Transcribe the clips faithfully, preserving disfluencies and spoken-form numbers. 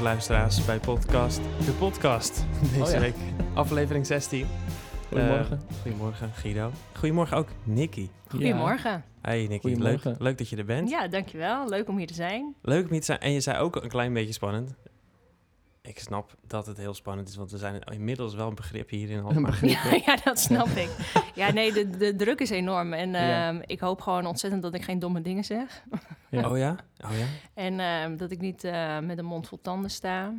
luisteraars bij podcast. De podcast deze oh, ja. week. Aflevering zestien. Goedemorgen. Uh, goedemorgen Guido. Goedemorgen ook Nicky. Goedemorgen. Ja. Hey Nicky, leuk, leuk dat je er bent. Ja, dankjewel. Leuk om hier te zijn. Leuk om hier te zijn. En je zei ook een klein beetje spannend. Ik snap dat het heel spannend is, want we zijn inmiddels wel een begrip hier in Alkmaar. Ja, ja, dat snap ik. Ja, nee, de, de druk is enorm. En uh, ja. ik hoop gewoon ontzettend dat ik geen domme dingen zeg. Ja. Oh ja? Oh ja? En uh, dat ik niet uh, met een mond vol tanden sta.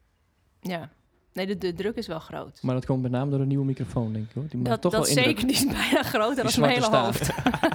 Ja. Nee, de, de druk is wel groot. Maar dat komt met name door een nieuwe microfoon, denk ik, hoor. Die dat toch dat wel zeker, die is bijna groter dan mijn hele staaf. hoofd.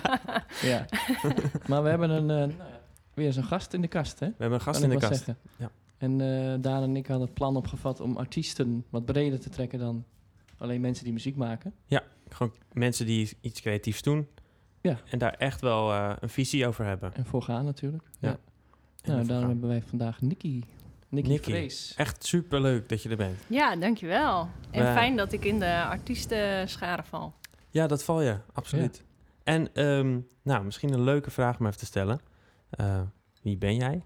Ja. Maar we hebben een, uh, nou ja, weer zo'n gast in de kast, hè? We hebben een gast in de kast. Zeggen. Ja. En uh, Daan en ik hadden het plan opgevat om artiesten wat breder te trekken dan alleen mensen die muziek maken. Ja, gewoon mensen die iets creatiefs doen. Ja. En daar echt wel uh, een visie over hebben. En voor gaan natuurlijk. Ja. ja. En nou, daarom hebben wij vandaag Nicky. Nicky, Nicky Vrees. Echt superleuk dat je er bent. Ja, dankjewel. En uh, fijn dat ik in de artiestenschare val. Ja, dat val je, absoluut. Ja. En um, nou, misschien een leuke vraag om even te stellen. Uh, wie ben jij?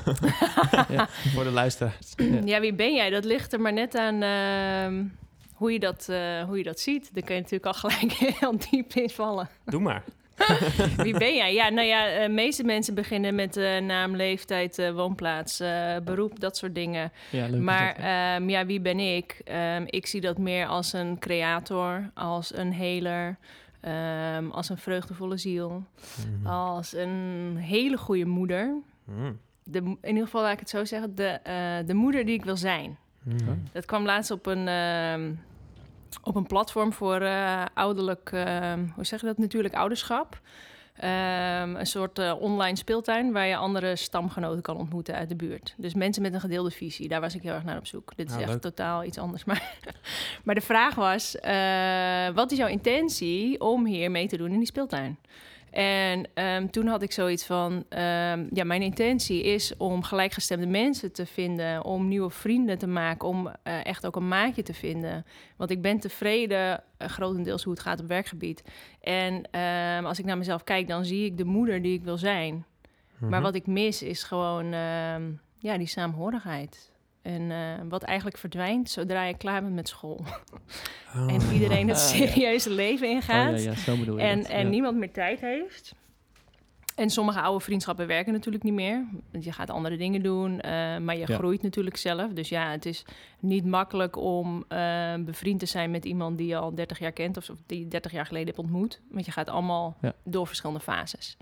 Ja, voor de luisteraars. Ja. ja, wie ben jij? Dat ligt er maar net aan uh, hoe, je dat, uh, hoe je dat ziet. Daar kun je natuurlijk al gelijk heel diep in vallen. Doe maar. Wie ben jij? Ja, nou ja, de uh, meeste mensen beginnen met uh, naam, leeftijd, uh, woonplaats, uh, beroep, dat soort dingen. Ja, leuk maar um, ja, wie ben ik? Um, ik zie dat meer als een creator, als een heler, um, als een vreugdevolle ziel, mm-hmm. als een hele goede moeder. Mm. De, in ieder geval, laat ik het zo zeggen, de, uh, de moeder die ik wil zijn. Mm. Dat kwam laatst op een... Uh, op een platform voor uh, ouderlijk, uh, hoe zeg je dat, natuurlijk ouderschap. Um, een soort uh, online speeltuin waar je andere stamgenoten kan ontmoeten uit de buurt. Dus mensen met een gedeelde visie, daar was ik heel erg naar op zoek. Dit is nou, echt leuk. Totaal iets anders. Maar, maar de vraag was, uh, wat is jouw intentie om hier mee te doen in die speeltuin? En um, toen had ik zoiets van, um, ja, mijn intentie is om gelijkgestemde mensen te vinden, om nieuwe vrienden te maken, om uh, echt ook een maatje te vinden. Want ik ben tevreden, uh, grotendeels hoe het gaat op werkgebied. En um, als ik naar mezelf kijk, dan zie ik de moeder die ik wil zijn. Mm-hmm. Maar wat ik mis is gewoon um, ja, die saamhorigheid. En uh, wat eigenlijk verdwijnt zodra je klaar bent met school. Oh. En iedereen het serieuze uh, ja. leven ingaat. Oh, ja, ja, zo bedoel je en dat. en ja. niemand meer tijd heeft. En sommige oude vriendschappen werken natuurlijk niet meer. Want je gaat andere dingen doen. Uh, maar je ja. groeit natuurlijk zelf. Dus ja, het is niet makkelijk om uh, bevriend te zijn met iemand die je al dertig jaar kent. Of die je dertig jaar geleden hebt ontmoet. Want je gaat allemaal ja. door verschillende fases.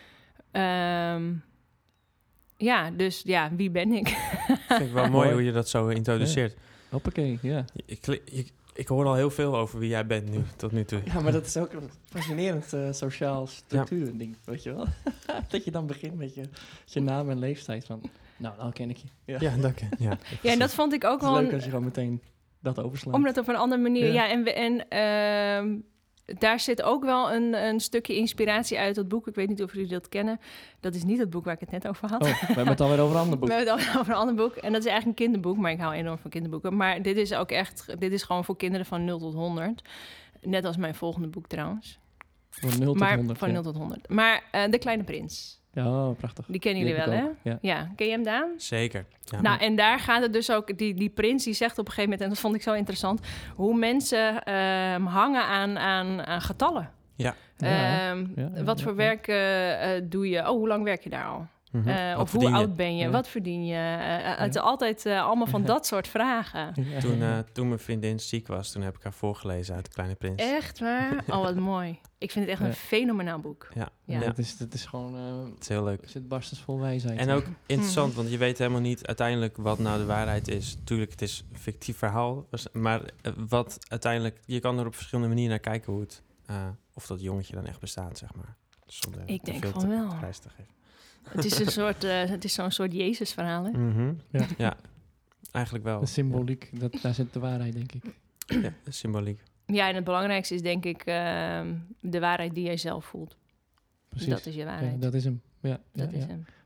Um, Ja, dus ja, wie ben ik? Vind ik wel mooi hoe je dat zo introduceert. Ja. Hoppakee, ja. Ik, ik, ik hoor al heel veel over wie jij bent nu, tot nu toe. Ja, maar dat is ook een fascinerend uh, sociaal structuur ding, ja. weet je wel? Dat je dan begint met je, je naam en leeftijd van, nou, dan ken ik je. Ja, ja dank je. Ja, ja, en dat vond ik ook wel... Het is leuk een, als je gewoon meteen dat overslaat. Om dat op een andere manier... Ja, ja en... en uh, daar zit ook wel een, een stukje inspiratie uit dat boek. Ik weet niet of jullie dat kennen. Dat is niet het boek waar ik het net over had. Oh, we hebben het alweer over een ander boek. We hebben het alweer over een ander boek. En dat is eigenlijk een kinderboek, maar ik hou enorm van kinderboeken. Maar dit is ook echt... Dit is gewoon voor kinderen van nul tot honderd. Net als mijn volgende boek trouwens. Van nul tot maar, honderd, Van ja. nul tot honderd. Maar uh, De Kleine Prins. Ja, oh, prachtig. Die kennen jullie wel, hè? Ja. ja. Ken je hem, Daan? Zeker. Ja. Nou, en daar gaat het dus ook... Die, die prins die zegt op een gegeven moment... En dat vond ik zo interessant... Hoe mensen uh, hangen aan, aan, aan getallen. Ja. Ja, um, ja, ja, wat ja, voor ja. werk uh, uh, doe je? Oh, hoe lang werk je daar al? Mm-hmm. Uh, of hoe oud ben je? Ja. Wat verdien je? Uh, ja. Het is altijd uh, allemaal van dat soort vragen. Ja. Toen, uh, toen mijn vriendin ziek was, toen heb ik haar voorgelezen uit De Kleine Prins. Echt waar? Oh, wat mooi. Ik vind het echt ja. een fenomenaal boek. Ja, ja. ja. Het, is, het is gewoon... Uh, het is heel leuk. Er zit barstensvol wijsheid. En ook interessant, want je weet helemaal niet uiteindelijk wat nou de waarheid is. Tuurlijk, het is een fictief verhaal. Maar uh, wat uiteindelijk... Je kan er op verschillende manieren naar kijken hoe het... Uh, of dat jongetje dan echt bestaat, zeg maar. Zonder ik denk veel van wel. Prijs te geven. Het is, een soort, uh, het is zo'n soort Jezus-verhaal, hè? Mm-hmm. Ja. ja, eigenlijk wel. De symboliek, ja. dat, daar zit de waarheid, denk ik. Ja, de symboliek. Ja, en het belangrijkste is denk ik uh, de waarheid die jij zelf voelt. Precies. Dat is je waarheid. Ja, dat is hem. Ja, dat ja, is ja. hem.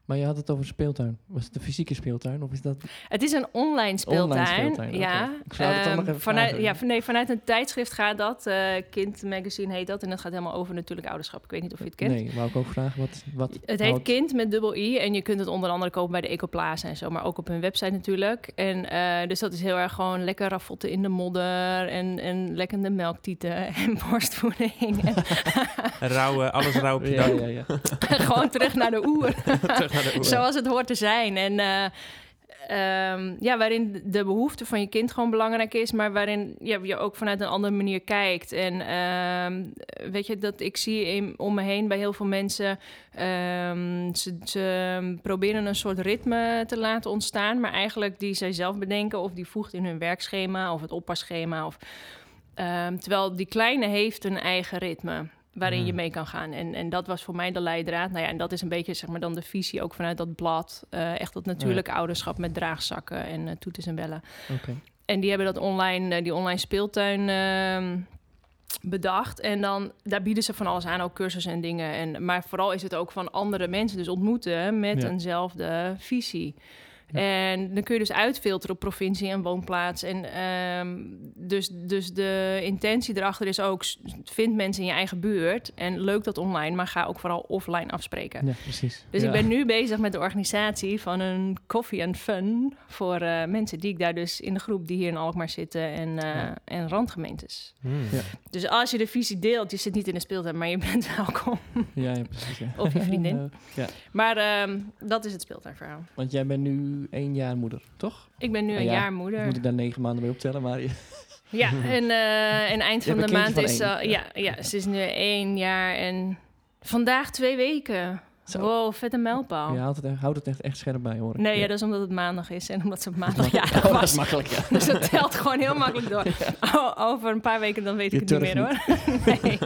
Maar je had het over een speeltuin. Was het een fysieke speeltuin of is dat... Het is een online speeltuin. Online speeltuin, ja. okay. Ik zou het dan Um, nog even vanuit, vragen. ja, van, nee, vanuit een tijdschrift gaat dat. Uh, Kind Magazine heet dat. En dat gaat helemaal over natuurlijk ouderschap. Ik weet niet of je het kent. Nee, wou ik ook vragen. Wat, wat het heet Kind met dubbel I. En je kunt het onder andere kopen bij de Ecoplaza en zo. Maar ook op hun website natuurlijk. En uh, dus dat is heel erg gewoon lekker raffotten in de modder. En, en lekkende melktieten en borstvoeding. En Rauwe, alles rauw op je ja, dak. ja, ja. Gewoon terug naar de oer. Terug naar de oer. Zoals het hoort te zijn. En uh, um, ja, waarin de behoefte van je kind gewoon belangrijk is, maar waarin ja, je ook vanuit een andere manier kijkt. En uh, weet je, dat ik zie in, om me heen bij heel veel mensen, um, ze, ze proberen een soort ritme te laten ontstaan, maar eigenlijk die zij zelf bedenken of die voegt in hun werkschema of het oppasschema. Of, um, terwijl die kleine heeft een eigen ritme waarin hmm. je mee kan gaan. En, en dat was voor mij de leidraad. Nou ja, en dat is een beetje zeg maar dan de visie ook vanuit dat blad. Uh, echt dat natuurlijke oh ja. ouderschap met draagzakken en uh, toeters en bellen. Okay. En die hebben dat online, uh, die online speeltuin uh, bedacht. En dan daar bieden ze van alles aan, ook cursussen en dingen. En, maar vooral is het ook van andere mensen dus ontmoeten met ja. eenzelfde visie. Ja. En dan kun je dus uitfilteren op provincie en woonplaats. En um, dus, dus de intentie erachter is ook, vind mensen in je eigen buurt. En leuk dat online, maar ga ook vooral offline afspreken. Ja, precies. Dus ja. ik ben nu bezig met de organisatie van een coffee and fun voor uh, mensen die ik daar dus in de groep die hier in Alkmaar zitten en, uh, ja. en randgemeentes. Hmm. Ja. Dus als je de visie deelt, je zit niet in de speeltuin, maar je bent welkom. Ja, ja precies. Ja. Of je vriendin. ja. Maar um, dat is het speeltuinverhaal. Want jij bent nu één jaar moeder, toch? Ik ben nu een ah, ja, jaar moeder. Moet ik daar negen maanden mee optellen, maar... Je... Ja, en, uh, en eind van de maand van is... Uh, ja. Ja, ja, ze is nu één jaar en vandaag twee weken. Zo. Wow, vette mijlpaal. Je houdt het, echt, houdt het echt, echt scherp bij, hoor. Nee, ja. ja, dat is omdat het maandag is en omdat ze op maandag jarig was. Oh, dat is makkelijk, ja. Dus dat telt gewoon heel makkelijk door. Ja. Oh, over een paar weken dan weet je ik het niet meer, niet. hoor. Nee.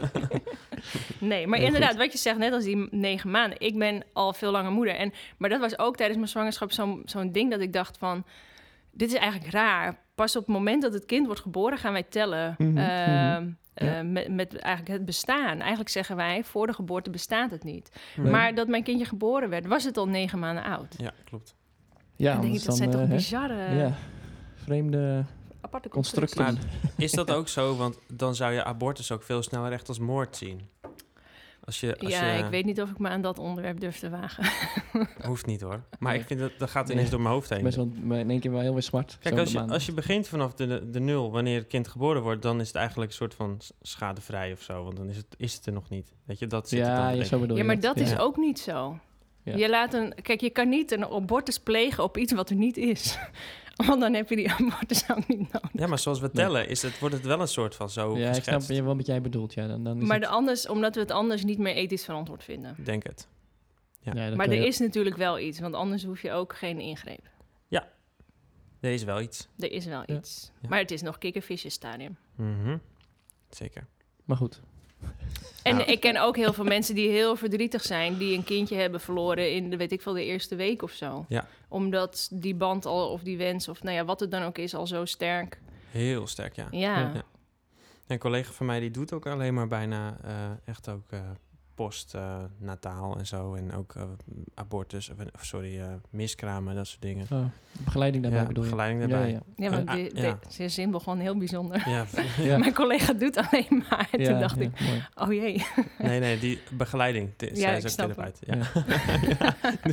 Nee, maar heel inderdaad, goed. Wat je zegt, net als die negen maanden. Ik ben al veel langer moeder. En, maar dat was ook tijdens mijn zwangerschap zo'n, zo'n ding dat ik dacht van... Dit is eigenlijk raar. Pas op het moment dat het kind wordt geboren gaan wij tellen. Mm-hmm. Uh, uh, ja. met, met eigenlijk het bestaan. Eigenlijk zeggen wij, voor de geboorte bestaat het niet. Nee. Maar dat mijn kindje geboren werd, was het al negen maanden oud. Ja, klopt. Ja, en denk ik, dat zijn uh, toch bizarre... Ja, vreemde... aparte constructie. Maar is dat ook zo? Want dan zou je abortus ook veel sneller echt als moord zien. Als je, als ja, je... ik weet niet of ik me aan dat onderwerp durf te wagen. Hoeft niet, hoor. Maar nee. ik vind dat, dat gaat ineens nee. door mijn hoofd heen. Best wel in één keer wel heel weer zwart. Kijk, als je, als je begint vanaf de, de nul, wanneer het kind geboren wordt, dan is het eigenlijk een soort van schadevrij of zo. Want dan is het, is het er nog niet. Weet je, dat zit ja, er dan je zo bedoel je Ja, maar dat ja. is ook niet zo. Ja. Je laat een, kijk, je kan niet een abortus plegen op iets wat er niet is. Want dan heb je die abortus ook niet nodig. Ja, maar zoals we tellen, is het, wordt het wel een soort van zo Ja, geschetst. ik snap je wel wat jij bedoelt. Ja, dan, dan is maar het... de anders, omdat we het anders niet meer ethisch verantwoord vinden. Denk het. Ja. Ja, maar er je... is natuurlijk wel iets, want anders hoef je ook geen ingreep. Ja, er is wel iets. Er is wel ja. iets. Ja. Maar het is nog kikkervisjesstadium. Mm-hmm. Zeker. Maar goed. En nou. ik ken ook heel veel mensen die heel verdrietig zijn, die een kindje hebben verloren in de, weet ik veel, de eerste week of zo. Ja. Omdat die band al, of die wens, of nou ja, wat het dan ook is, al zo sterk. Heel sterk, ja. Ja. ja. Een collega van mij die doet ook alleen maar bijna uh, echt ook uh, postnataal uh, en zo. En ook uh, abortus, of, of sorry, uh, miskramen, dat soort dingen. Oh, begeleiding daarbij ja, bedoel je? begeleiding daarbij. Ja, ja. ja want de, de, ja. zijn zin begon heel bijzonder. Ja. ja. Mijn collega doet alleen maar. En ja, toen dacht ja, ik, mooi. oh jee. Nee, nee, die begeleiding. De, ja, zij ik is ook snap therapeut. het. Ja. Ja.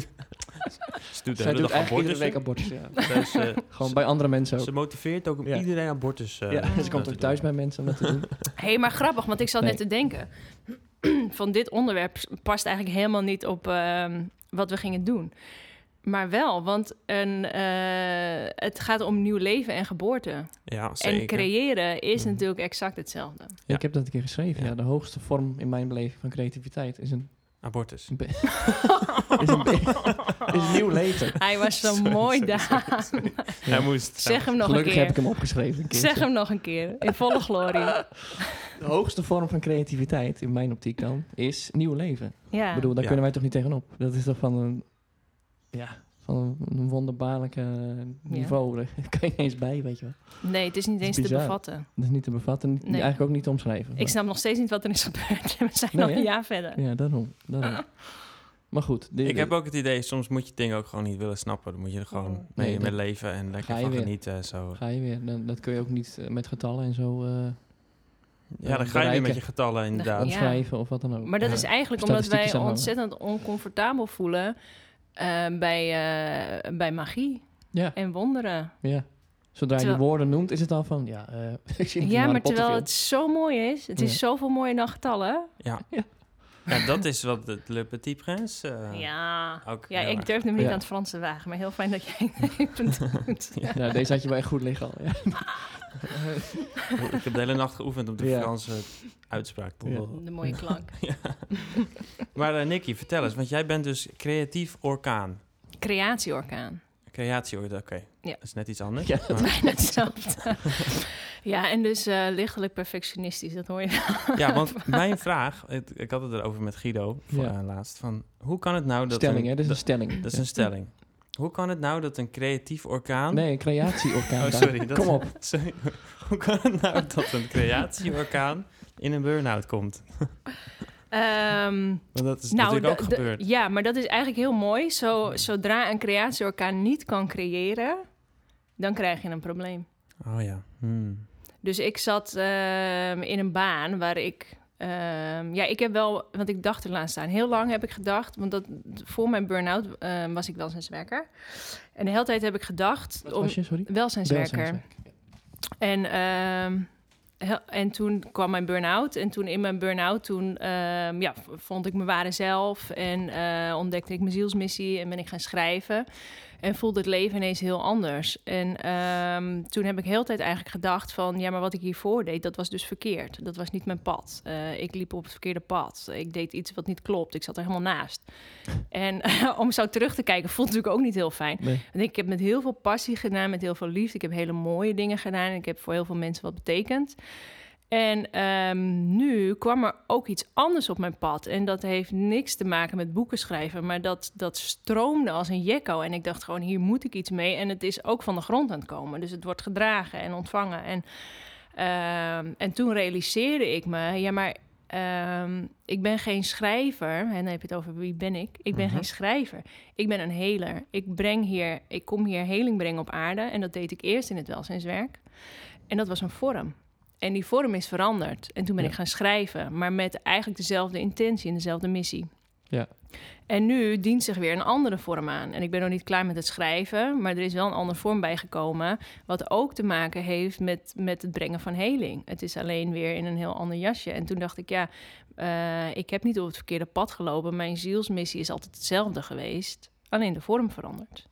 Ze doet, Zij doet eigenlijk iedere week abortus. abortus. Ja. Dus, uh, Gewoon bij andere mensen ook. Ze motiveert ook om ja. iedereen abortus uh, ja, ze komt ook thuis bij mensen om dat te doen. Hé, hey, maar grappig, want ik zat nee. net te denken. Van dit onderwerp past eigenlijk helemaal niet op uh, wat we gingen doen. Maar wel, want een, uh, het gaat om nieuw leven en geboorte. Ja, zeker. En creëren is mm. natuurlijk exact hetzelfde. Ja, ik heb dat een keer geschreven. Ja. Ja. De hoogste vorm in mijn beleving van creativiteit is een... Abortus. Een be- is, een be- is een nieuw leven. Hij was zo Sorry, mooi, sorry, Daan. sorry. Hij moest. Zeg hem nog Gelukkig een keer. heb ik hem opgeschreven. Een Zeg hem nog een keer, in volle glorie. De hoogste vorm van creativiteit, in mijn optiek dan, is nieuw leven. Ja. Ik bedoel, daar Ja. kunnen wij toch niet tegenop. Dat is toch van een... Ja, van een, een wonderbaarlijke niveau. Ja. Daar kan je niet eens bij, weet je wel. Nee, het is niet is eens te bizar. bevatten. Dat is niet te bevatten. Niet, Nee. Eigenlijk ook niet te omschrijven. Ik Maar- snap nog steeds niet wat er is gebeurd. We zijn Nee, nog hè? een jaar verder. Ja, daarom. daarom. Maar goed. Dit, Ik heb ook het idee, soms moet je dingen ook gewoon niet willen snappen. Dan moet je er gewoon Nee, mee, dat- mee leven en lekker ga je van weer. genieten. Zo. Ga je weer. Dan, dat kun je ook niet uh, met getallen en zo uh, Ja, dan ga je weer bereiken. met je getallen inderdaad. Ja. opschrijven of wat dan ook. Maar dat Ja. is eigenlijk omdat wij Statistiekjes aanhangen. ontzettend oncomfortabel voelen uh, bij, uh, bij magie Ja, en wonderen. ja. Zodra je Terwijl- die woorden noemt, is het al van, ja, uh, ik zie Ja, een maar terwijl Potter het zo mooi is. Het is Ja. zoveel mooier dan getallen. Ja. Ja. Ja, dat is wat het Le Petit Prince uh, ja, ook ja heel ik erg- durfde hem niet Ja. aan het Frans te wagen. Maar heel fijn dat jij het doet. Ja. Ja, deze had je wel echt goed liggen al. Ja. Ik heb de hele nacht geoefend op de Ja. Franse uitspraak. Ja. De mooie klank. Ja. Maar uh, Nicky, vertel eens, want jij bent dus creatief orkaan. Creatieorkaan. Creatieorkaan, oké. Ja. Dat is net iets anders. Ja. Maar- Bijna hetzelfde. Ja, en dus uh, lichtelijk perfectionistisch, dat hoor je wel. ja, want mijn vraag, ik, ik had het erover met Guido voor, Ja. uh, laatst, van hoe kan het nou dat... Stelling, een, hè? Dit is een dat, stelling. dat is een stelling. Hoe kan het nou dat een creatief orkaan... Nee, een creatieorkaan. Oh, sorry. Dat, Kom op. Sorry. Hoe kan het nou dat een creatieorkaan in een burn-out komt? Um, Want dat is nou, natuurlijk de- ook de- gebeurd. ja, maar dat is eigenlijk heel mooi. Zo, zodra een creatieorkaan niet kan creëren, dan krijg je een probleem. Oh ja. Hmm. Dus ik zat um, in een baan waar ik... Um, ja, ik heb wel... Want ik dacht er laatst staan. Heel lang heb ik gedacht... Want dat, voor mijn burn-out um, was ik welzijnswerker. En de hele tijd heb ik gedacht... Wat om was je, sorry? welzijnswerker. Welzijnswerk. En, um, he- en toen kwam mijn burn-out. En toen in mijn burn-out, toen um, ja, v- vond ik mijn ware zelf. En uh, ontdekte ik mijn zielsmissie en ben ik gaan schrijven. En voelde het leven ineens heel anders. En um, toen heb ik heel de tijd eigenlijk gedacht van... ja, maar wat ik hiervoor deed, dat was dus verkeerd. Dat was niet mijn pad. Uh, ik liep op het verkeerde pad. Ik deed iets wat niet klopt. Ik zat er helemaal naast. En uh, om zo terug te kijken, voelt het natuurlijk ook niet heel fijn. Nee. En ik heb met heel veel passie gedaan, met heel veel liefde. Ik heb hele mooie dingen gedaan. En ik heb voor heel veel mensen wat betekend. En um, nu kwam er ook iets anders op mijn pad. En dat heeft niks te maken met boeken schrijven. Maar dat, dat stroomde als een jekko. En ik dacht gewoon, hier moet ik iets mee. En het is ook van de grond aan het komen. Dus het wordt gedragen en ontvangen. En, um, en toen realiseerde ik me... ja, maar um, ik ben geen schrijver. En dan heb je het over wie ben ik. Ik ben Mm-hmm. geen schrijver. Ik ben een heler. Ik breng hier, ik kom hier heling brengen op aarde. En dat deed ik eerst in het welzijnswerk. En dat was een vorm. En die vorm is veranderd. En toen ben Ja. ik gaan schrijven, maar met eigenlijk dezelfde intentie en dezelfde missie. Ja. En nu dient zich weer een andere vorm aan. En ik ben nog niet klaar met het schrijven, maar er is wel een andere vorm bijgekomen, wat ook te maken heeft met, met het brengen van heling. Het is alleen weer in een heel ander jasje. En toen dacht ik, ja, uh, ik heb niet op het verkeerde pad gelopen. Mijn zielsmissie is altijd hetzelfde geweest, alleen de vorm verandert.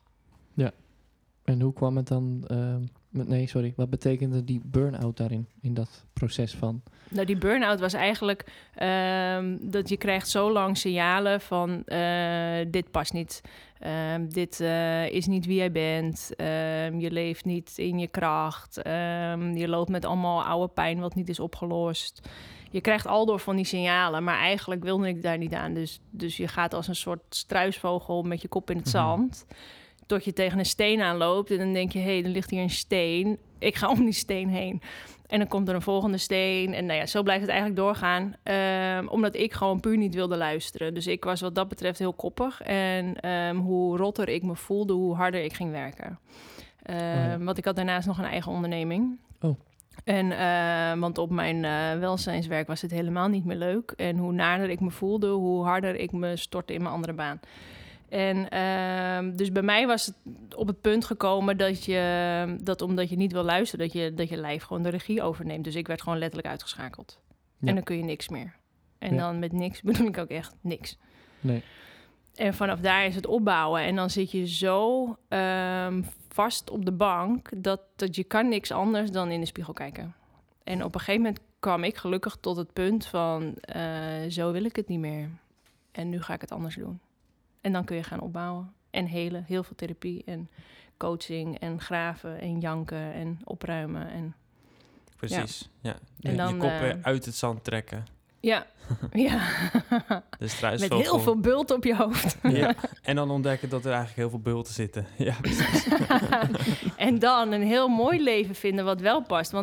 En hoe kwam het dan... Uh, met, nee, sorry. Wat betekende die burn-out daarin? In dat proces van... Nou, die burn-out was eigenlijk um, dat je krijgt zo lang signalen van uh, dit past niet, um, dit uh, is niet wie jij bent, um, je leeft niet in je kracht, um, je loopt met allemaal oude pijn wat niet is opgelost. Je krijgt al door van die signalen, maar eigenlijk wilde ik daar niet aan. Dus, dus je gaat als een soort struisvogel met je kop in het Mm-hmm. zand... tot je tegen een steen aanloopt en dan denk je... hé, hey, er ligt hier een steen. Ik ga om die steen heen. En dan komt er een volgende steen. En nou ja, zo blijft het eigenlijk doorgaan. Um, omdat ik gewoon puur niet wilde luisteren. Dus ik was wat dat betreft heel koppig. En um, hoe rotter ik me voelde, hoe harder ik ging werken. Um, oh ja. Want ik had daarnaast nog een eigen onderneming. Oh. En, uh, want op mijn uh, welzijnswerk was het helemaal niet meer leuk. En hoe naarder ik me voelde, hoe harder ik me stortte in mijn andere baan. En uh, dus bij mij was het op het punt gekomen dat je, dat omdat je niet wil luisteren, dat je, dat je lijf gewoon de regie overneemt. Dus ik werd gewoon letterlijk uitgeschakeld. Ja. En dan kun je niks meer. En ja. dan met niks bedoel ik ook echt niks. Nee. En vanaf daar is het opbouwen. En dan zit je zo um, vast op de bank dat, dat je kan niks anders dan in de spiegel kijken. En op een gegeven moment kwam ik gelukkig tot het punt van uh, zo wil ik het niet meer. En nu ga ik het anders doen. En dan kun je gaan opbouwen en helen. Heel veel therapie en coaching en graven en janken en opruimen. En, Precies, ja. ja. En dan, je kop uh, weer uit het zand trekken. Ja, ja. De met heel veel bult op je hoofd. Ja, en dan ontdekken dat er eigenlijk heel veel bulten zitten. Ja, precies. En dan een heel mooi leven vinden wat wel past. Want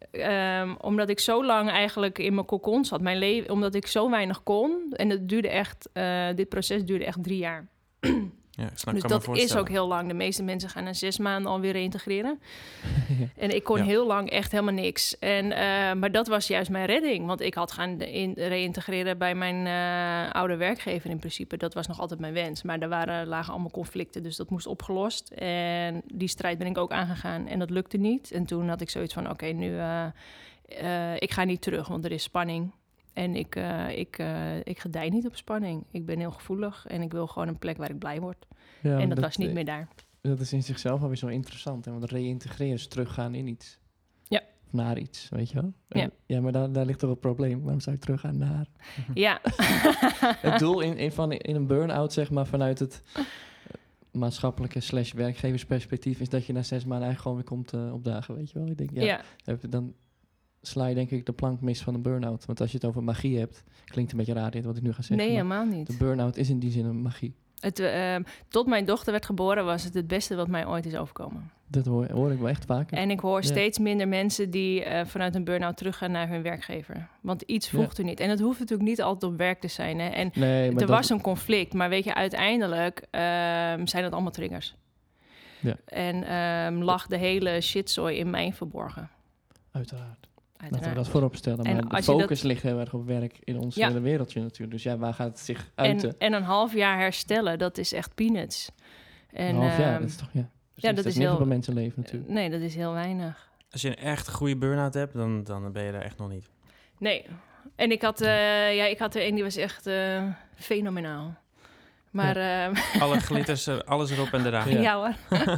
um, omdat ik zo lang eigenlijk in mijn cocon zat, mijn leven, omdat ik zo weinig kon. En het duurde echt, uh, dit proces duurde echt drie jaar. Ja, snap, dus dat is ook heel lang. De meeste mensen gaan na zes maanden alweer reïntegreren. Ja. En ik kon ja. heel lang echt helemaal niks. En, uh, maar dat was juist mijn redding. Want ik had gaan in, reïntegreren bij mijn uh, oude werkgever in principe. Dat was nog altijd mijn wens. Maar er waren, lagen allemaal conflicten, dus dat moest opgelost. En die strijd ben ik ook aangegaan. En dat lukte niet. En toen had ik zoiets van, oké, okay, nu... Uh, uh, ik ga niet terug, want er is spanning. En ik, uh, ik, uh, ik gedij niet op spanning. Ik ben heel gevoelig en ik wil gewoon een plek waar ik blij word. Ja, en dat, dat was niet meer daar. Dat is in zichzelf alweer zo interessant. Hè? Want reïntegreren is teruggaan in iets. Ja. Of naar iets, weet je wel? Ja, ja maar daar, daar ligt toch het probleem. Waarom zou je teruggaan naar? Ja. Het doel in, in, van, in een burn-out, zeg maar, vanuit het uh, maatschappelijke slash werkgeversperspectief... is dat je na zes maanden eigenlijk gewoon weer komt uh, opdagen, weet je wel? Ik denk, ja, ja. dan... sla je denk ik de plank mis van een burn-out. Want als je het over magie hebt... klinkt een beetje raar dit wat ik nu ga zeggen. Nee, helemaal niet. De burn-out is in die zin een magie. Het, uh, tot mijn dochter werd geboren was het het beste wat mij ooit is overkomen. Dat hoor, hoor ik wel echt vaker. En ik hoor ja. steeds minder mensen die uh, vanuit een burn-out teruggaan naar hun werkgever. Want iets voegt ja. er niet. En het hoeft natuurlijk niet altijd op werk te zijn. Hè? En nee, maar er dat... was een conflict. Maar weet je, uiteindelijk uh, zijn dat allemaal triggers. Ja. En um, lag de hele shitzooi in mij verborgen. Uiteraard. Uiteraard. Laten we dat voorop stellen. Maar en de focus dat... ligt heel erg op werk in ons ja. hele wereldje natuurlijk. Dus ja, waar gaat het zich uiten? En, en een half jaar herstellen, dat is echt peanuts. En, een half jaar, uh, dat is toch, ja. Dus ja, dat, dat is is niet heel... op een mensenleven natuurlijk. Nee, dat is heel weinig. Als je een echt goede burn-out hebt, dan, dan ben je er echt nog niet. Nee. En ik had, uh, ja, ik had er een die was echt uh, fenomenaal. Maar, ja. uh, alle glitters, alles erop en eraan. Ja, ja hoor.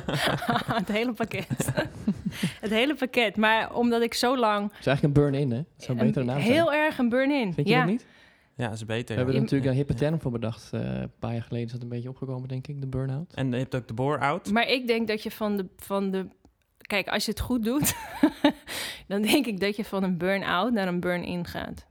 Het hele pakket. Het hele pakket. Maar omdat ik zo lang... Het is eigenlijk een burn-in, hè? Dat zou een betere naam zijn. Heel erg een burn-in. Vind je ja. dat niet? Ja, dat is beter. We hebben ja. er natuurlijk een hippe term voor bedacht. Uh, een paar jaar geleden is dat een beetje opgekomen, denk ik, de burn-out. En je hebt ook de bore-out. Maar ik denk dat je van de... Van de kijk, als je het goed doet... dan denk ik dat je van een burn-out naar een burn-in gaat.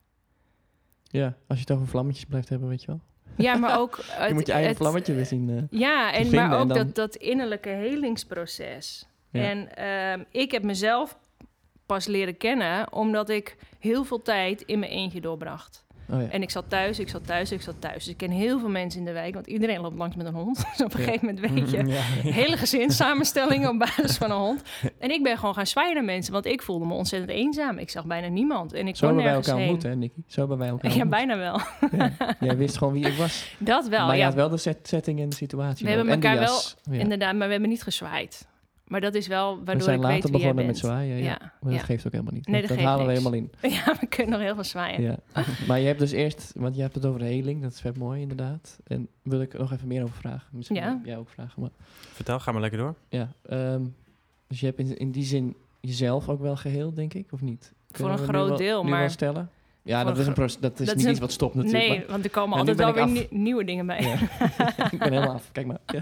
Ja, als je het over vlammetjes blijft hebben, weet je wel. Ja, maar ook... Het, je moet je eigen het, vlammetje weer zien uh, Ja, en vinden, maar ook en dan... dat, dat innerlijke helingsproces. Ja. En uh, ik heb mezelf pas leren kennen... omdat ik heel veel tijd in mijn eentje doorbracht. Oh ja. En ik zat thuis, ik zat thuis, ik zat thuis. Dus ik ken heel veel mensen in de wijk... want iedereen loopt langs met een hond. Dus op een ja. gegeven moment weet je... Ja. hele gezinssamenstellingen op basis van een hond. En ik ben gewoon gaan zwaaien naar mensen... want ik voelde me ontzettend eenzaam. Ik zag bijna niemand. En ik Zo kon hebben wij nergens elkaar heen. ontmoet, hè, Nicky? Zo hebben wij elkaar Ja, ontmoet. bijna wel. Ja. Jij wist gewoon wie ik was. Dat wel, Maar je ja. had wel de set, setting en de situatie. We hebben en elkaar wel... Ja. Inderdaad, maar we hebben niet gezwaaid. Maar dat is wel waardoor we zijn ik later weet wie jij begonnen bent. met zwaaien, ja. ja. Maar dat ja. geeft ook helemaal niet. Nee, dat dat dat halen niks. we helemaal in. Ja, we kunnen nog heel veel zwaaien. Ja. Maar je hebt dus eerst, want je hebt het over heling, dat is vet mooi inderdaad. En wil ik nog even meer over vragen. Misschien ja. wil jij ook vragen. Maar... Vertel, ga maar lekker door. Ja, um, dus je hebt in, in die zin jezelf ook wel geheeld, denk ik, of niet? Voor een groot wel, deel, nu maar... wel stellen? Ja, dat is, een proces, dat is dat niet is iets een... wat stopt natuurlijk. Nee, maar... want er komen maar altijd wel weer nie- nieuwe dingen bij. Ja. Ik ben helemaal af, kijk maar. Ja.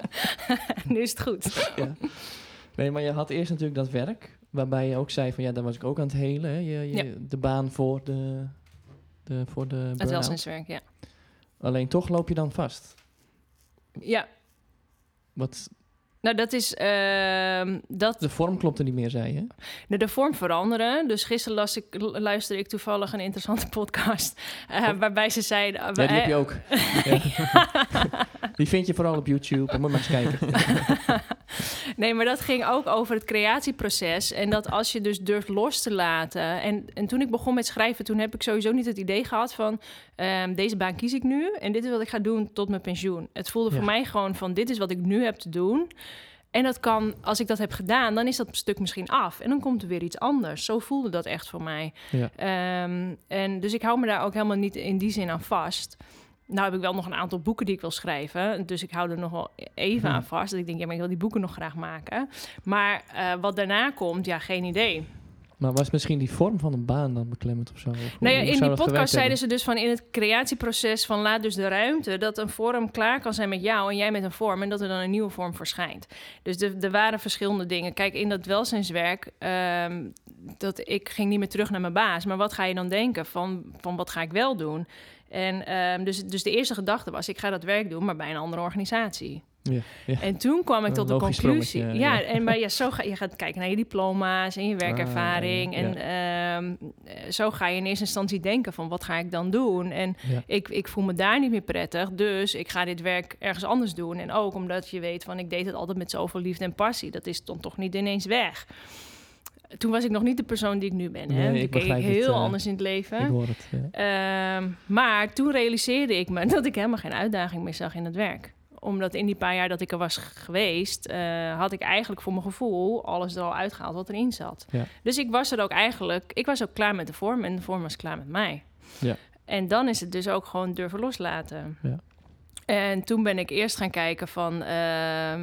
Nu is het goed. Ja. Nee, maar je had eerst natuurlijk dat werk, waarbij je ook zei van ja, daar was ik ook aan het helen. Hè? Je, je, ja. De baan voor de, de, voor de burn-out. Het welzijnswerk, ja. Alleen toch loop je dan vast. Ja. Wat... Nou, dat is... Uh, dat... De vorm klopte niet meer, zei je? De, de vorm veranderen. Dus gisteren las ik, luisterde ik toevallig een interessante podcast... Uh, oh. waarbij ze zeiden... Uh, ja, die heb je ook. Ja. Die vind je vooral op YouTube. Moet maar eens kijken. Nee, maar dat ging ook over het creatieproces. En dat als je dus durft los te laten... En, en toen ik begon met schrijven... toen heb ik sowieso niet het idee gehad van... Um, deze baan kies ik nu en dit is wat ik ga doen tot mijn pensioen. Het voelde ja. voor mij gewoon van... dit is wat ik nu heb te doen... En dat kan, als ik dat heb gedaan, dan is dat stuk misschien af. En dan komt er weer iets anders. Zo voelde dat echt voor mij. Ja. Um, en dus ik hou me daar ook helemaal niet in die zin aan vast. Nou heb ik wel nog een aantal boeken die ik wil schrijven. Dus ik hou er nog wel even hmm. aan vast. Dat ik denk, ja, maar ik wil die boeken nog graag maken. Maar uh, wat daarna komt, ja, geen idee. Maar was misschien die vorm van een baan dan beklemmend of zo? Of nou ja, in die podcast zeiden ze dus van in het creatieproces van laat dus de ruimte dat een vorm klaar kan zijn met jou en jij met een vorm en dat er dan een nieuwe vorm verschijnt. Dus de, er waren verschillende dingen. Kijk, in dat welzijnswerk, um, dat ik ging niet meer terug naar mijn baas, maar wat ga je dan denken van, van wat ga ik wel doen? En um, dus, dus de eerste gedachte was, ik ga dat werk doen, maar bij een andere organisatie. Ja, ja. En toen kwam ik Een tot de logisch conclusie. sprommetje, Ja, ja. en maar ja, zo ga je gaat kijken naar je diploma's en je werkervaring. Ah, ja, ja. En ehm, zo ga je in eerste instantie denken van wat ga ik dan doen? En Ja. ik, ik voel me daar niet meer prettig, dus ik ga dit werk ergens anders doen. En ook omdat je weet van ik deed het altijd met zoveel liefde en passie. Dat is dan toch niet ineens weg. Toen was ik nog niet de persoon die ik nu ben. Hè? Nee, ik Toen keek ik begrijp heel het, uh, anders in het leven. Ik hoor het, ja. Ehm, maar toen realiseerde ik me dat ik helemaal geen uitdaging meer zag in het werk. Omdat in die paar jaar dat ik er was geweest, uh, had ik eigenlijk voor mijn gevoel alles er al uitgehaald wat erin zat. Ja. Dus ik was er ook eigenlijk, ik was ook klaar met de vorm en de vorm was klaar met mij. Ja. En dan is het dus ook gewoon durven loslaten. Ja. En toen ben ik eerst gaan kijken van, uh,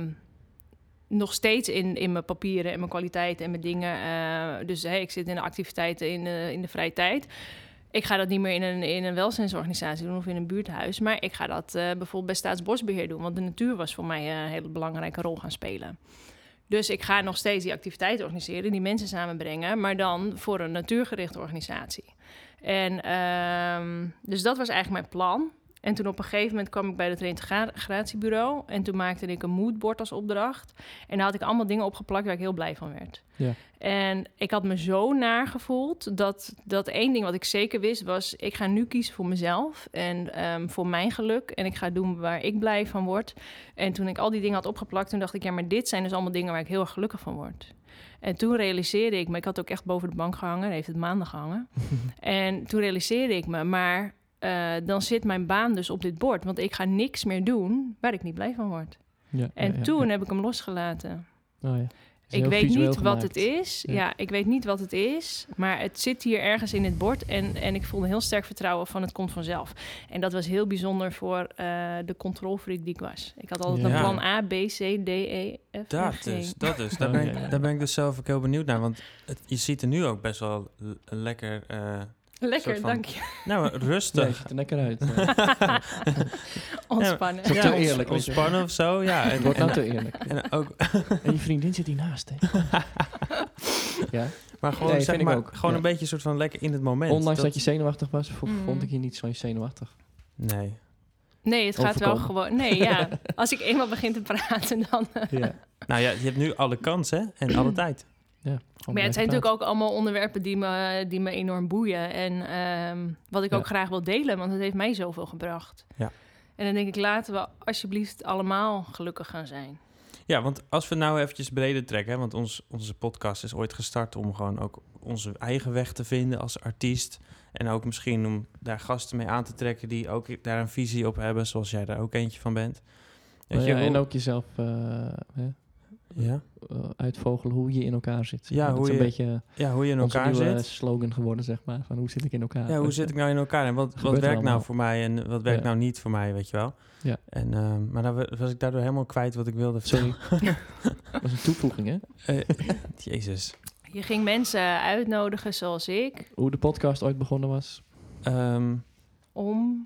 nog steeds in, in mijn papieren en mijn kwaliteiten en mijn dingen. Uh, dus hey, ik zit in de activiteiten in, uh, in de vrije tijd. Ik ga dat niet meer in een, in een welzijnsorganisatie doen of in een buurthuis. Maar ik ga dat uh, bijvoorbeeld bij Staatsbosbeheer doen. Want de natuur was voor mij een hele belangrijke rol gaan spelen. Dus ik ga nog steeds die activiteiten organiseren, die mensen samenbrengen. Maar dan voor een natuurgerichte organisatie. En uh, dus dat was eigenlijk mijn plan. En toen op een gegeven moment kwam ik bij het reïntegratiebureau. En toen maakte ik een moodboard als opdracht. En daar had ik allemaal dingen opgeplakt waar ik heel blij van werd. Ja. En ik had me zo naar gevoeld dat, dat één ding wat ik zeker wist was... ik ga nu kiezen voor mezelf en um, voor mijn geluk. En ik ga doen waar ik blij van word. En toen ik al die dingen had opgeplakt, toen dacht ik... ja, maar dit zijn dus allemaal dingen waar ik heel erg gelukkig van word. En toen realiseerde ik me... ik had ook echt boven de bank gehangen, heeft het maanden gehangen. En toen realiseerde ik me, maar... Uh, dan zit mijn baan dus op dit bord. Want ik ga niks meer doen waar ik niet blij van word. Ja, en ja, ja, toen ja. heb ik hem losgelaten. Oh, ja. Ik weet niet gemaakt. wat het is. Ja. Ja. ik weet niet wat het is. Maar het zit hier ergens in het bord. En, en ik voelde heel sterk vertrouwen van het komt vanzelf. En dat was heel bijzonder voor uh, de controlfreak die ik was. Ik had altijd Ja. een plan A, B, C, D, E, F, Dat G. dus, dat dus. Daar, Oh, ben ja, ik, ja. daar ben ik dus zelf ook heel benieuwd naar. Want het, je ziet er nu ook best wel l- lekker... Uh, Lekker, soort van- dank je. nou, Nee, het rustig. ziet er lekker uit. Ontspannen. Zo Ja, te ons- eerlijk, weet je. ontspannen of zo, ja. Het En, wordt nou en, te eerlijk. en ook, En je vriendin zit hiernaast, hè? Ja. maar gewoon, Nee, zeg vind ik maar, ook. gewoon Ja. een beetje soort van lekker in het moment. Ondanks dat, je zenuwachtig was, vo- Mm. vond ik je niet zo zenuwachtig. Nee. Nee, het gaat wel Overkomen. gewoon... Nee, ja. Als ik eenmaal begin te praten, dan... uh, Ja. Nou ja, je hebt nu alle kansen en alle tijd. Ja, Maar ja, het zijn natuurlijk ook allemaal onderwerpen die me, die me enorm boeien. En ehm, wat ik Ja. ook graag wil delen, want het heeft mij zoveel gebracht. Ja. En dan denk ik, laten we alsjeblieft allemaal gelukkig gaan zijn. Ja, want als we nou eventjes breder trekken... Hè, want ons, onze podcast is ooit gestart om gewoon ook onze eigen weg te vinden als artiest. En ook misschien om daar gasten mee aan te trekken... die ook daar een visie op hebben, zoals jij daar ook eentje van bent. Weet Nou je, ja, hoe- en ook jezelf uh, hè, Ja? uh, uitvogelen hoe je in elkaar zit. Ja, dat hoe is een je beetje ja, hoe je in onze elkaar nieuwe zit. slogan geworden, zeg maar. Van hoe zit ik in elkaar? Ja, hoe zit ik nou in elkaar? En wat, wat Gebeurt werkt nou allemaal. voor mij en wat werkt Ja. nou niet voor mij, weet je wel? Ja. En, uh, maar dan was ik daardoor helemaal kwijt wat ik wilde vertellen. Sorry. Dat was een toevoeging, hè? Uh, Jezus. Je ging mensen uitnodigen zoals ik, Hoe de podcast ooit begonnen was. Um, om...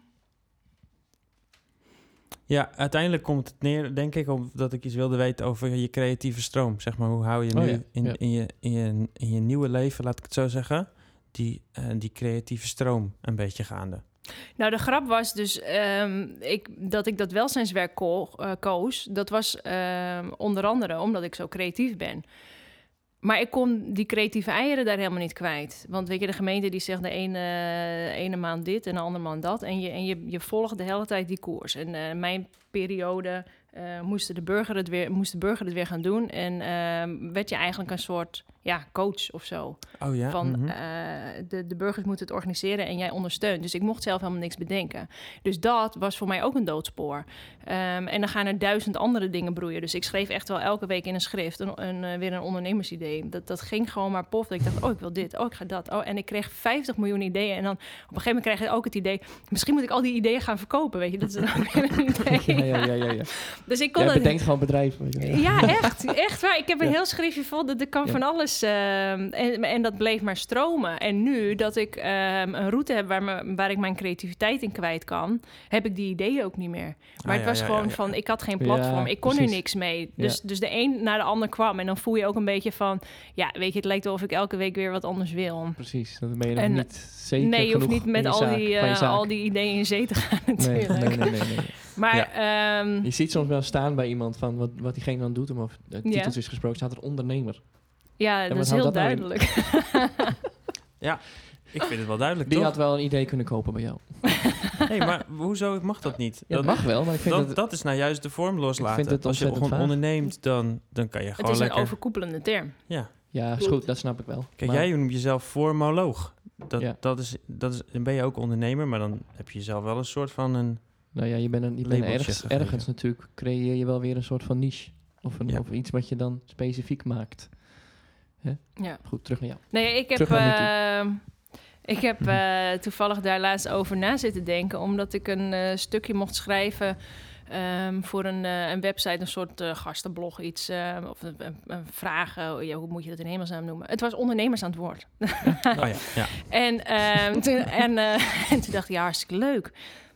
ja, uiteindelijk komt het neer, denk ik, omdat ik iets wilde weten over je creatieve stroom. Zeg maar, hoe hou je Oh nu ja, in, ja. in, je, in, je, in je nieuwe leven, laat ik het zo zeggen, die, uh, die creatieve stroom een beetje gaande? Nou, de grap was dus um, ik, dat ik dat welzijnswerk ko- uh, koos. Dat was um, onder andere omdat ik zo creatief ben. Maar ik kon die creatieve eieren daar helemaal niet kwijt. Want weet je, de gemeente die zegt de ene, ene maand dit en de andere maand dat. En je, en je, je volgt de hele tijd die koers. En uh, mijn periode uh, moest, de burger het weer, moest de burger het weer gaan doen. En uh, werd je eigenlijk een soort ja, coach of zo. Oh ja? Van Mm-hmm. uh, de, de burgers moeten het organiseren en jij ondersteunt. Dus ik mocht zelf helemaal niks bedenken. Dus dat was voor mij ook een doodspoor. Um, en dan gaan er duizend andere dingen broeien. Dus ik schreef echt wel elke week in een schrift een, een, uh, weer een ondernemersidee. Dat, dat ging gewoon maar pof. Dat ik dacht, oh, ik wil dit. Oh, ik ga dat. Oh, en ik kreeg vijftig miljoen ideeën. En dan op een gegeven moment kreeg ik ook het idee... misschien moet ik al die ideeën gaan verkopen, weet je. Dat is dan ook weer een idee. Ja, ja, ja, ja, ja. Dus ik kon Jij dat bedenkt gewoon bedrijven. weet je. ja, echt. Echt waar. Ik heb een Ja. heel schriftje vol. Dat er kan Ja. van alles. Uh, en, en dat bleef maar stromen. En nu dat ik uh, een route heb waar, me, waar ik mijn creativiteit in kwijt kan, heb ik die ideeën ook niet meer. Maar Ah, het ja, was ja, gewoon ja, ja. van, ik had geen platform. Ja, ik kon precies. er niks mee. Dus, Ja. dus de een naar de ander kwam. En dan voel je ook een beetje van, ja, weet je, het lijkt wel of ik elke week weer wat anders wil. Precies, dan ben je nog En, niet zeker Nee, je hoeft genoeg niet met in je al zaak, die, van je uh, zaak. al die ideeën in zee te gaan Nee, natuurlijk. nee, nee, nee, nee. Maar Ja. Um, Je ziet soms wel staan bij iemand van wat, wat diegene dan doet, of de titels Ja. is gesproken, staat er ondernemer. ja, En dat wat is houdt heel dat nou in? duidelijk. Ja, ik vind het wel duidelijk, Die toch? had wel een idee kunnen kopen bij jou. Nee, maar hoezo mag dat niet? Ja, dat dat, mag wel, maar ik vind dat, dat... dat is nou juist de vorm loslaten. Ik vind het Als je ontzettend gewoon vaag. onderneemt, dan, dan kan je Het gewoon is een lekker... overkoepelende term. Ja. Ja, is goed, dat snap ik wel. Kijk, Maar- jij noemt jezelf formoloog. Dat, Ja. dat is, dat is, dan ben je ook ondernemer, maar dan heb je zelf wel een soort van een... Nou ja, je bent, een, je bent Labeltje ergens, gegeven. ergens natuurlijk, creëer je wel weer een soort van niche. Of, een, Ja. of iets wat je dan specifiek maakt. Ja. Goed, terug naar jou. Nee, ik heb, Terug naar uh, ik heb uh, toevallig daar laatst over na zitten denken, omdat ik een uh, stukje mocht schrijven um, voor een, uh, een website, een soort uh, gastenblog, iets, uh, of een, een, een vraag, uh, ja, hoe moet je dat in hemelsnaam noemen? Het was ondernemers aan het woord. Oh ja, ja. En, uh, toen, en, uh, en toen dacht ik, ja, hartstikke leuk.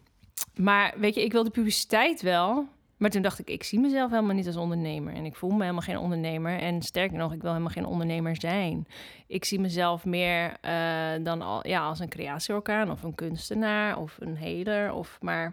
Maar weet je, ik wil de publiciteit wel. Maar toen dacht ik, ik zie mezelf helemaal niet als ondernemer. En ik voel me helemaal geen ondernemer. En sterker nog, ik wil helemaal geen ondernemer zijn. Ik zie mezelf meer uh, dan al, ja, als een creatieorkaan of een kunstenaar of een heler. Of maar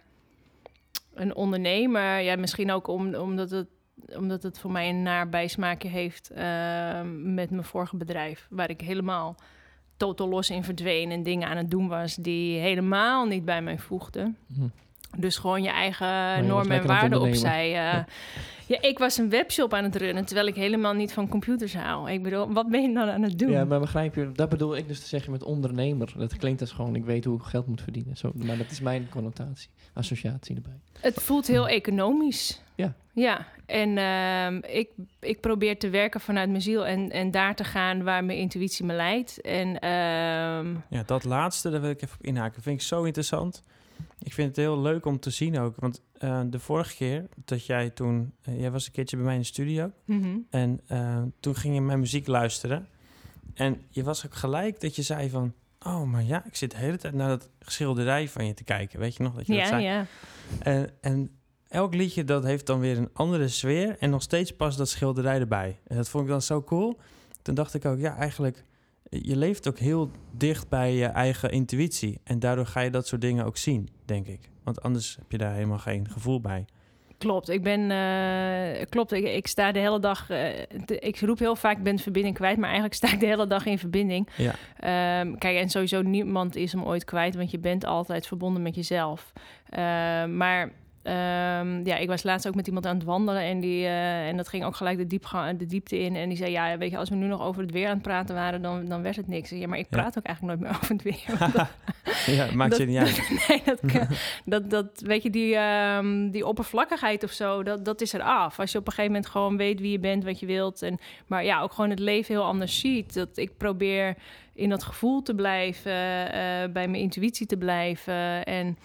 een ondernemer, ja, misschien ook om, omdat, het, omdat het voor mij een naar bijsmaakje heeft uh, met mijn vorige bedrijf. Waar ik helemaal totaal los in verdween en dingen aan het doen was die helemaal niet bij mij voegden. Hm. Dus gewoon je eigen je was normen en lekker aan het waarden ondernemen. opzij. Uh, ja. ja, ik was een webshop aan het runnen, terwijl ik helemaal niet van computers hou. Ik bedoel, wat ben je dan aan het doen? Ja, maar begrijp je, dat bedoel ik dus te zeggen met ondernemer. Dat klinkt als gewoon, ik weet hoe ik geld moet verdienen. Zo, maar dat is mijn connotatie, associatie erbij. Het voelt heel economisch. Ja. Ja, en uh, ik, ik probeer te werken vanuit mijn ziel en, en daar te gaan waar mijn intuïtie me leidt. En, uh, Ja, dat laatste, daar wil ik even op inhaken. Dat vind ik zo interessant. Ik vind het heel leuk om te zien ook. Want uh, de vorige keer dat jij toen... Uh, jij was een keertje bij mij in de studio. Mm-hmm. En uh, toen ging je mijn muziek luisteren. En je was ook gelijk dat je zei van... Oh, maar ja, ik zit de hele tijd naar dat schilderij van je te kijken. Weet je nog dat je ja, dat zei? Ja, En, en elk liedje dat heeft dan weer een andere sfeer. En nog steeds past dat schilderij erbij. En dat vond ik dan zo cool. Toen dacht ik ook, ja, eigenlijk... Je leeft ook heel dicht bij je eigen intuïtie. En daardoor ga je dat soort dingen ook zien, denk ik. Want anders heb je daar helemaal geen gevoel bij. Klopt, ik ben... Uh, klopt, ik, ik sta de hele dag... Uh, te, ik roep heel vaak, ik ben de verbinding kwijt... maar eigenlijk sta ik de hele dag in verbinding. Ja. Um, kijk, en sowieso niemand is hem ooit kwijt... want je bent altijd verbonden met jezelf. Uh, maar... Um, ja, ik was laatst ook met iemand aan het wandelen en, die, uh, en dat ging ook gelijk de, diepgang, de diepte in. En die zei, ja, weet je, als we nu nog over het weer aan het praten waren, dan, dan werd het niks. Ja, maar ik praat ja. ook eigenlijk nooit meer over het weer. dat, ja, maakt dat, je niet uit. Nee, dat, dat, dat, weet je, die, um, die oppervlakkigheid of zo, dat, dat is er af. Als je op een gegeven moment gewoon weet wie je bent, wat je wilt. En, maar ja, ook gewoon het leven heel anders ziet. Dat ik probeer in dat gevoel te blijven, uh, bij mijn intuïtie te blijven en...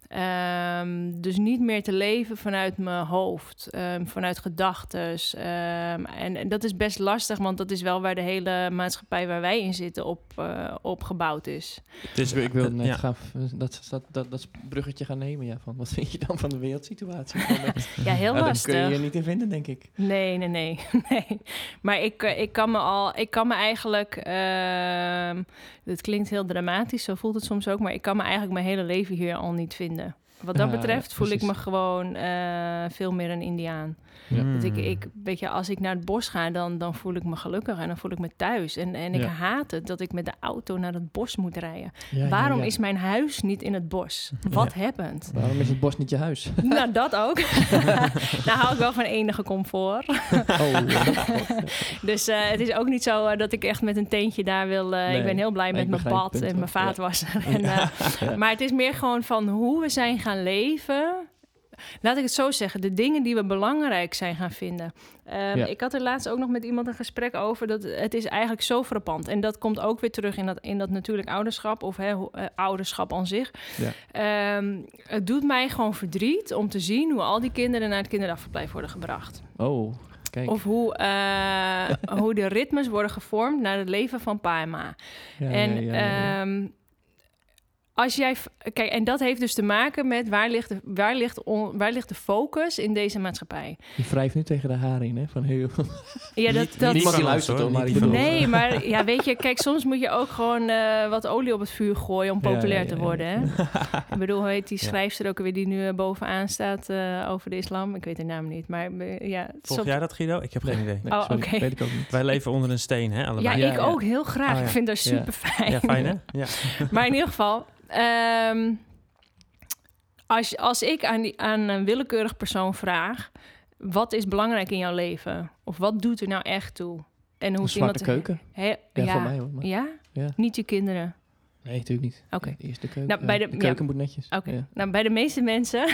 Um, dus niet meer te leven vanuit mijn hoofd, um, vanuit gedachtes. Um, en, en dat is best lastig, want dat is wel waar de hele maatschappij waar wij in zitten op, uh, op gebouwd is. Dus ik wil net ja. gaan, dat, dat, dat, dat bruggetje gaan nemen. Ja, van wat vind je dan van de wereldsituatie? Ja, heel nou, lastig. Daar kun je je niet in vinden, denk ik. Nee, nee, nee. nee. Maar ik, ik kan me al, ik kan me eigenlijk, uh, dit klinkt heel dramatisch, zo voelt het soms ook, maar ik kan me eigenlijk mijn hele leven hier al niet vinden. Wat dat betreft ja, voel ik me gewoon uh, veel meer een Indiaan. Ja. Dat ik, ik, weet je, als ik naar het bos ga, dan, dan voel ik me gelukkig en dan voel ik me thuis. En, en ik ja. haat het dat ik met de auto naar het bos moet rijden. Ja, Waarom ja, ja. is mijn huis niet in het bos? Wat ja. happened? Waarom is het bos niet je huis? Nou, dat ook. Daar hou ik wel van enige comfort. Oh, ja. Dus uh, het is ook niet zo uh, dat ik echt met een teentje daar wil... Uh, nee, ik ben heel blij met mijn bad punt, en mijn vaatwasser. Ja. En, uh, ja. Maar het is meer gewoon van hoe we zijn gaan leven... Laat ik het zo zeggen, de dingen die we belangrijk zijn gaan vinden. Um, ja. Ik had er laatst ook nog met iemand een gesprek over... dat het is eigenlijk zo frappant. En dat komt ook weer terug in dat, in dat natuurlijk ouderschap... of hè, uh, ouderschap aan zich. Ja. Um, het doet mij gewoon verdriet om te zien... hoe al die kinderen naar het kinderdagverblijf worden gebracht. Oh, kijk. Of hoe, uh, hoe de ritmes worden gevormd... naar het leven van pa en ma. Ja, en... Ja, ja, ja. Um, Als jij, kijk, en dat heeft dus te maken met waar ligt de, waar ligt on, waar ligt de focus in deze maatschappij. Je wrijft nu tegen de haren in, hè? Van heel. Ja, dat, niet, dat niet niemand die van luistert, ons, hoor, maar niet ik bedoel. Nee, maar ja, weet je, kijk, soms moet je ook gewoon uh, wat olie op het vuur gooien om populair ja, ja, ja, te worden. Hè? Ik bedoel, hoe heet die schrijfster ook weer die nu uh, bovenaan staat uh, over de islam? Ik weet de naam niet, maar uh, ja. Volg soms... jij dat, Guido? Ik heb geen idee. Nee, oh, oké. Okay. Weet ik ook niet. Wij leven onder een steen, hè? Allebei. Ja, Ja, ik ja. ook heel graag. Oh, ja. Ik vind dat super fijn. Ja, fijn, hè? Ja. Maar in ieder geval, um, als, als ik aan, die, aan een willekeurig persoon vraag, wat is belangrijk in jouw leven? Of wat doet er nou echt toe? En hoe een zwarte iemand keuken. He, ja, ja, voor mij hoor. Maar... Ja? ja? Niet je kinderen? Nee, natuurlijk niet. Oké. Okay. Ja, eerst de keuken. Nou, bij de, de keuken ja. moet netjes. Oké. Okay. Ja. Nou, bij de meeste mensen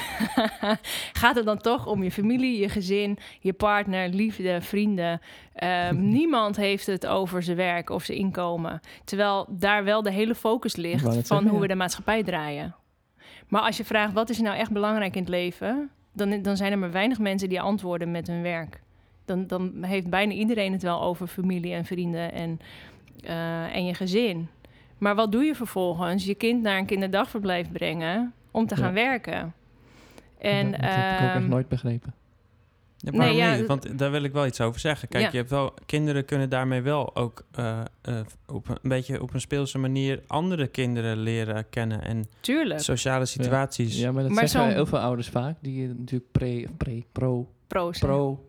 gaat het dan toch om je familie, je gezin, je partner, liefde, vrienden. Um, niemand heeft het over zijn werk of zijn inkomen. Terwijl daar wel de hele focus ligt van zeggen, hoe ja. we de maatschappij draaien. Maar als je vraagt, wat is er nou echt belangrijk in het leven? Dan, dan zijn er maar weinig mensen die antwoorden met hun werk. Dan, dan heeft bijna iedereen het wel over familie en vrienden en, uh, en je gezin. Maar wat doe je vervolgens? Je kind naar een kinderdagverblijf brengen om te ja. gaan werken. En, dat, dat heb ik ook echt nooit begrepen. Ja, waarom nee, ja, niet? Want daar wil ik wel iets over zeggen. Kijk, ja. je hebt wel, kinderen kunnen daarmee wel ook uh, uh, op een, een beetje op een speelse manier andere kinderen leren kennen en Tuurlijk. sociale situaties. Ja, ja maar dat maar zeggen heel veel ouders vaak, die natuurlijk pre, pre, pro, Pro's, pro,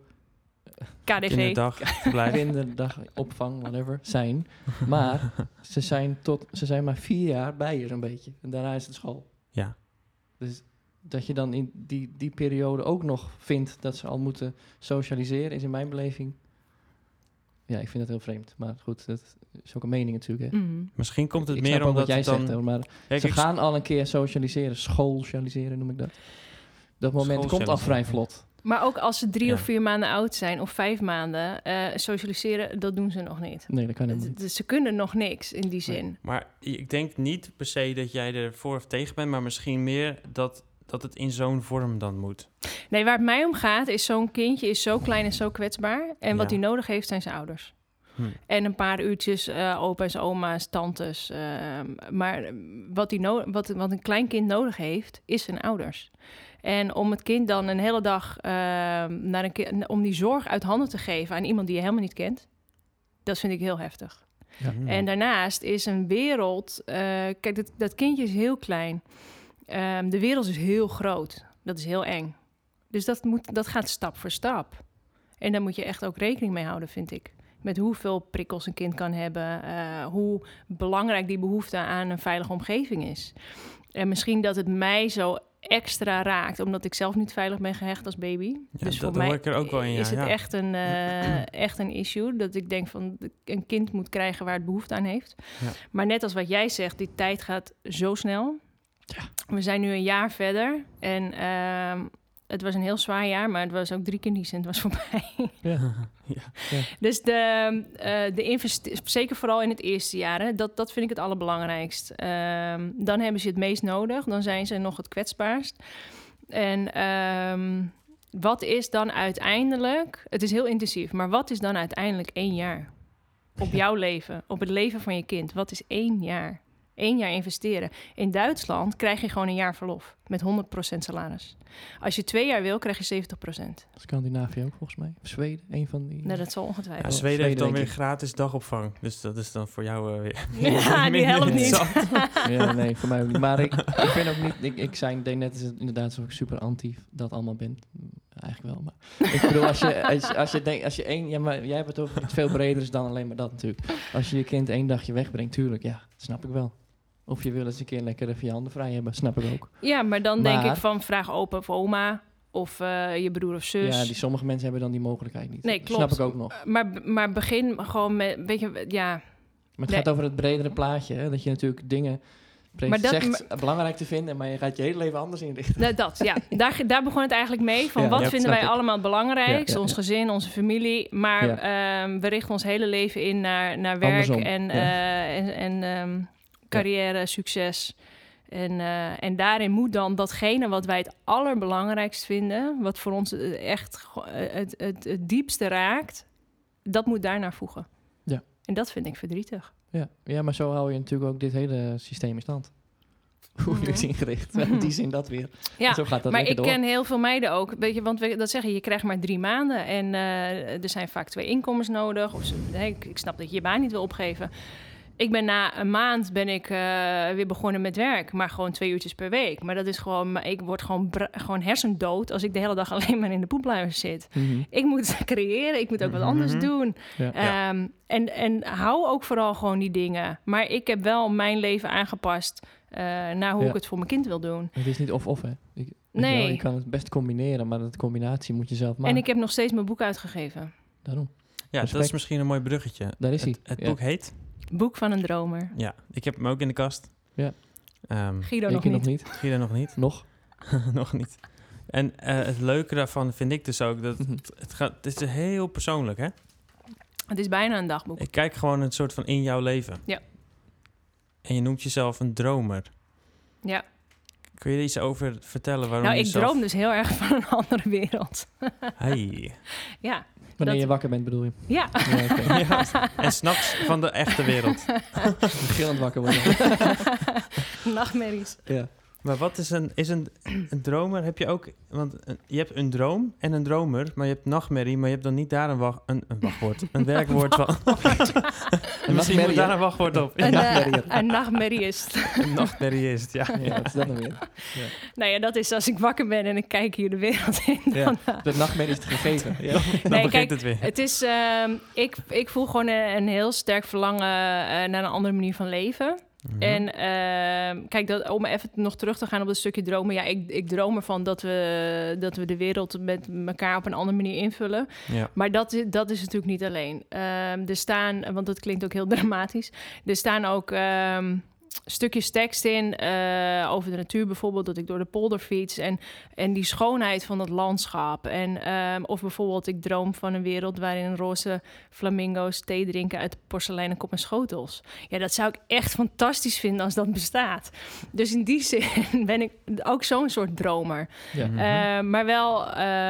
K D V, kinderdag, kinderdag, opvang, whatever, zijn. Maar ze zijn, tot, ze zijn maar vier jaar bij je zo'n beetje. En daarna is het school. Ja. Dus dat je dan in die, die periode ook nog vindt dat ze al moeten socialiseren, is in mijn beleving... Ja, ik vind dat heel vreemd. Maar goed, dat is ook een mening natuurlijk. Hè. Mm. Misschien komt het ik meer omdat omdat jij het dan... zegt, hoor, maar Kijk, ze ik... gaan al een keer socialiseren, schoolsocialiseren noem ik dat. Dat moment komt al vrij vlot. Maar ook als ze drie ja. of vier maanden oud zijn of vijf maanden, uh, socialiseren, dat doen ze nog niet. Nee, dat kan helemaal niet. Dus ze kunnen nog niks in die zin. Nee. Maar ik denk niet per se dat jij er voor of tegen bent, maar misschien meer dat, dat het in zo'n vorm dan moet. Nee, waar het mij om gaat is zo'n kindje is zo klein en zo kwetsbaar. En wat hij ja. nodig heeft zijn zijn ouders. Hm. En een paar uurtjes uh, opa's, oma's, tantes. Uh, maar wat, die no- wat, wat een klein kind nodig heeft, is zijn ouders. En om het kind dan een hele dag uh, naar een ki- om die zorg uit handen te geven aan iemand die je helemaal niet kent, dat vind ik heel heftig. Ja. En daarnaast is een wereld... Uh, kijk, dat, dat kindje is heel klein. Um, de wereld is heel groot. Dat is heel eng. Dus dat, moet, dat gaat stap voor stap. En daar moet je echt ook rekening mee houden, vind ik. Met hoeveel prikkels een kind kan hebben. Uh, hoe belangrijk die behoefte aan een veilige omgeving is. En misschien dat het mij zo extra raakt, omdat ik zelf niet veilig ben gehecht als baby. Ja, dus dat voor mij hoor ik er ook wel in, ja, is het ja. echt, een, uh, echt een issue. Dat ik denk van een kind moet krijgen waar het behoefte aan heeft. Ja. Maar net als wat jij zegt, die tijd gaat zo snel. Ja. We zijn nu een jaar verder. En uh, het was een heel zwaar jaar, maar het was ook drie keer niezen. Het was voorbij. Ja. Ja. Ja. Dus de, uh, de investe- zeker vooral in het eerste jaar, hè, dat, dat vind ik het allerbelangrijkst. Uh, dan hebben ze het meest nodig. Dan zijn ze nog het kwetsbaarst. En um, wat is dan uiteindelijk... Het is heel intensief, maar wat is dan uiteindelijk één jaar? Op jouw leven, op het leven van je kind. Wat is één jaar? Eén jaar investeren. In Duitsland krijg je gewoon een jaar verlof met honderd procent salaris. Als je twee jaar wil, krijg je zeventig procent. Scandinavië ook volgens mij. Of Zweden, een van die... Nee, dat zal ongetwijfeld. Ja, Zweden, Zweden heeft dan weer gratis dagopvang. Dus dat is dan voor jou uh, weer... Ja, die helpt niet. Ja, nee, voor mij ook niet. Maar ik, ik vind ook niet... Ik, ik zei net is het inderdaad zo super anti dat allemaal ben. Eigenlijk wel, maar... Ik bedoel, als je, als, als je denkt... Als je één, ja, maar jij hebt het over iets veel breder is dan alleen maar dat natuurlijk. Als je je kind één dagje wegbrengt, tuurlijk, ja, dat snap ik wel. Of je wil eens een keer lekker even je handen vrij hebben, snap ik ook. Ja, maar dan maar, denk ik van vraag opa of oma of uh, je broer of zus. Ja, die sommige mensen hebben dan die mogelijkheid niet. Nee, klopt. Snap ik ook nog. Maar, maar begin gewoon met, weet je, ja... Maar het nee. gaat over het bredere plaatje, hè? Dat je natuurlijk dingen maar dat, zegt maar, belangrijk te vinden, maar je gaat je hele leven anders inrichten. Nou, dat, ja. Daar, daar begon het eigenlijk mee. Van ja, wat ja, vinden wij ik. allemaal het belangrijkst? Ja, ja, ons ja. gezin, onze familie. Maar ja. um, we richten ons hele leven in naar, naar werk Andersom. en, ja. uh, en, en um, carrière, ja. succes. En, uh, en daarin moet dan datgene wat wij het allerbelangrijkst vinden, wat voor ons echt het, het, het diepste raakt, dat moet daarnaar voegen. Ja. En dat vind ik verdrietig. Ja. ja, maar zo hou je natuurlijk ook dit hele systeem in stand. hoe mm-hmm. is ingericht. Mm-hmm. Die zin dat weer. Ja, zo gaat dat maar ik door. ken heel veel meiden ook. Weet je, want we, dat zeggen, je krijgt maar drie maanden. En uh, er zijn vaak twee inkomens nodig. Of, hey, ik, ik snap dat je je baan niet wil opgeven. Ik ben na een maand ben ik uh, weer begonnen met werk. Maar gewoon twee uurtjes per week. Maar dat is gewoon... Ik word gewoon, bra- gewoon hersendood als ik de hele dag alleen maar in de poepluier zit. Mm-hmm. Ik moet creëren. Ik moet ook wat anders mm-hmm. doen. Ja. Um, en, en hou ook vooral gewoon die dingen. Maar ik heb wel mijn leven aangepast... Uh, naar hoe ja. ik het voor mijn kind wil doen. Het is niet of-of, hè? Ik, nee. Je, wel, je kan het best combineren, maar de combinatie moet je zelf maken. En ik heb nog steeds mijn boek uitgegeven. Daarom. Ja, Respect. Dat is misschien een mooi bruggetje. Daar is hij. Het, het ja. boek heet? Boek van een dromer. Ja, ik heb hem ook in de kast. Ja. Um, Guido nog niet. nog niet. Guido nog niet. Nog? nog niet. En uh, het leuke daarvan vind ik dus ook... dat mm-hmm. het, het, gaat, het is heel persoonlijk, hè? Het is bijna een dagboek. Ik kijk gewoon een soort van in jouw leven. Ja. En je noemt jezelf een dromer. Ja. Kun je er iets over vertellen? Waarom nou, ik jezelf... droom dus heel erg van een andere wereld. Hey. Ja. Wanneer dat... je wakker bent, bedoel je? Ja. ja, okay. ja en 's nachts van de echte wereld. Gillend wakker worden. Nachtmerries. Ja. Maar wat is een, is een, een dromer? Heb je ook... Want een, je hebt een droom en een dromer, maar je hebt nachtmerrie, maar je hebt dan niet daar een, wacht, een, een wachtwoord, een werkwoord van. En misschien moet daar een wachtwoord op. Een, uh, een nachtmerrieist. Een nachtmerrieist, ja. ja. Wat is dat dan weer? Ja. Nou ja, dat is als ik wakker ben en ik kijk hier de wereld in. Dan, ja. De nachtmerrie is het gegeven. Ja. Dan nee, begint kijk, het weer. Het is, uh, ik, ik voel gewoon een, een heel sterk verlangen uh, naar een andere manier van leven. Mm-hmm. En uh, kijk, dat, om even nog terug te gaan op dat stukje dromen. Ja, ik, ik droom ervan dat we, dat we de wereld met elkaar op een andere manier invullen. Ja. Maar dat, dat is natuurlijk niet alleen. Uh, er staan, want dat klinkt ook heel dramatisch. Er staan ook... Uh, stukjes tekst in uh, over de natuur bijvoorbeeld, dat ik door de polder fiets en, en die schoonheid van het landschap. En, um, of bijvoorbeeld ik droom van een wereld waarin roze flamingo's thee drinken uit porseleinen kop en schotels. Ja, dat zou ik echt fantastisch vinden als dat bestaat. Dus in die zin ben ik ook zo'n soort dromer. Ja. Uh, maar wel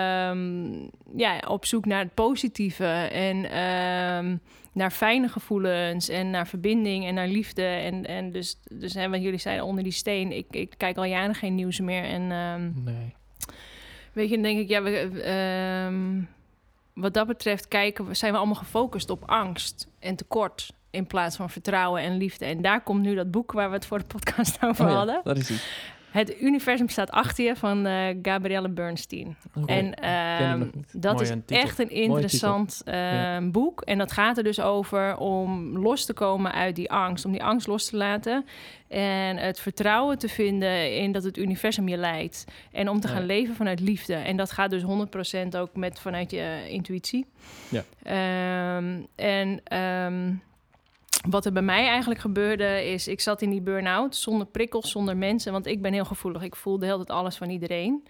um, ja, op zoek naar het positieve en um, naar fijne gevoelens en naar verbinding en naar liefde. En, en dus, dus hè, wat jullie zeiden, onder die steen. Ik, ik kijk al jaren geen nieuws meer. En um, nee. Weet je, dan denk ik, ja, we, um, wat dat betreft kijken, zijn we allemaal gefocust op angst en tekort in plaats van vertrouwen en liefde. En daar komt nu dat boek waar we het voor de podcast over oh ja, hadden. Dat is ie. Het universum staat achter je van uh, Gabrielle Bernstein. Okay. En uh, dat Mooi is een echt een interessant uh, ja. boek. En dat gaat er dus over om los te komen uit die angst. Om die angst los te laten. En het vertrouwen te vinden in dat het universum je leidt. En om te ja. gaan leven vanuit liefde. En dat gaat dus honderd procent ook met vanuit je intuïtie. Ja. Um, en... Um, Wat er bij mij eigenlijk gebeurde is... ik zat in die burn-out zonder prikkels, zonder mensen. Want ik ben heel gevoelig. Ik voel de hele tijd alles van iedereen.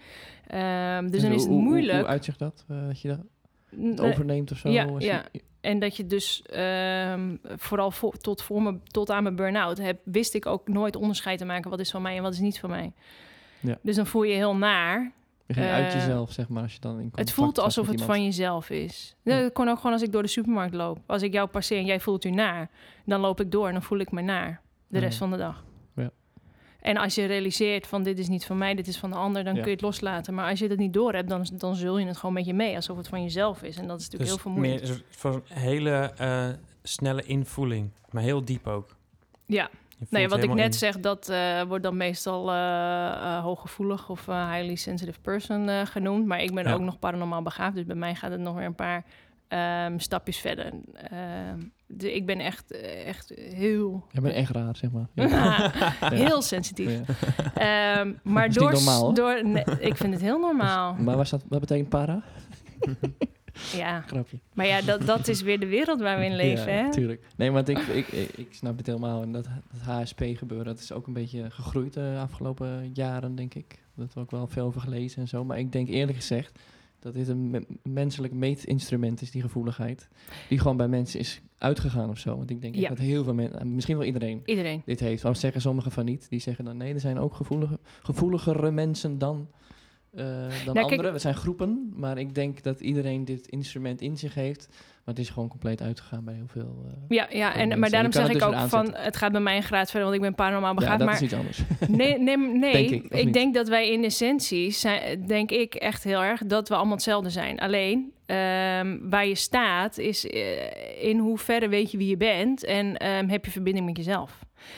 Um, dus en dan is het hoe, moeilijk. Hoe, hoe uitzicht dat? Uh, dat je dat het overneemt of zo? Ja, je... ja. En dat je dus um, vooral voor, tot, voor me, tot aan mijn burn-out... Heb, wist ik ook nooit onderscheid te maken... wat is van mij en wat is niet van mij. Ja. Dus dan voel je heel naar... Je ging uh, uit jezelf, zeg maar, als je dan in het voelt alsof het van jezelf is. Ja. Dat kon ook gewoon als ik door de supermarkt loop. Als ik jou passeer en jij voelt u naar, dan loop ik door en dan voel ik me naar de rest ja. van de dag. Ja. En als je realiseert van dit is niet van mij, dit is van de ander, dan ja. kun je het loslaten. Maar als je dat niet door hebt, dan, dan zul je het gewoon met je mee, alsof het van jezelf is. En dat is natuurlijk dus heel vermoeiend. Meer voor een hele uh, snelle invoeling, maar heel diep ook. Ja. Nee, wat ik net in... zeg, dat uh, wordt dan meestal uh, uh, hooggevoelig of uh, highly sensitive person uh, genoemd. Maar ik ben ja. ook nog paranormaal begaafd, dus bij mij gaat het nog weer een paar um, stapjes verder. Uh, de, ik ben echt, echt heel... Je bent echt raar, zeg maar. Ja. Heel sensitief. Ja. Um, maar is door, niet normaal, door nee, ik vind het heel normaal. Maar wat, dat, wat betekent para? Ja, grapje. Maar ja, dat, dat is weer de wereld waar we in leven, ja, hè? Tuurlijk. Nee, want ik, ik, ik, ik snap het helemaal. En dat, dat H S P gebeuren, dat is ook een beetje gegroeid de afgelopen jaren, denk ik. Dat heb ik ook wel veel over gelezen en zo. Maar ik denk eerlijk gezegd dat dit een me- menselijk meetinstrument is, die gevoeligheid. Die gewoon bij mensen is uitgegaan of zo. Want ik denk ja. dat heel veel mensen, misschien wel iedereen, iedereen. dit heeft. Waarom zeggen sommigen van niet? Die zeggen dan nee, er zijn ook gevoelige, gevoeligere mensen dan uh, dan nou, anderen. Kijk, we zijn groepen, maar ik denk dat iedereen dit instrument in zich heeft. Maar het is gewoon compleet uitgegaan bij heel veel. Uh, ja, ja en, maar daarom zeg ik dus ook van, het gaat bij mij een graad verder, want ik ben paranormaal begaafd. Ja, dat maar is iets anders. Nee, nee, nee. denk ik, ik denk dat wij in essentie, zijn, denk ik echt heel erg, dat we allemaal hetzelfde zijn. Alleen, um, waar je staat, is uh, in hoeverre weet je wie je bent en um, heb je verbinding met jezelf.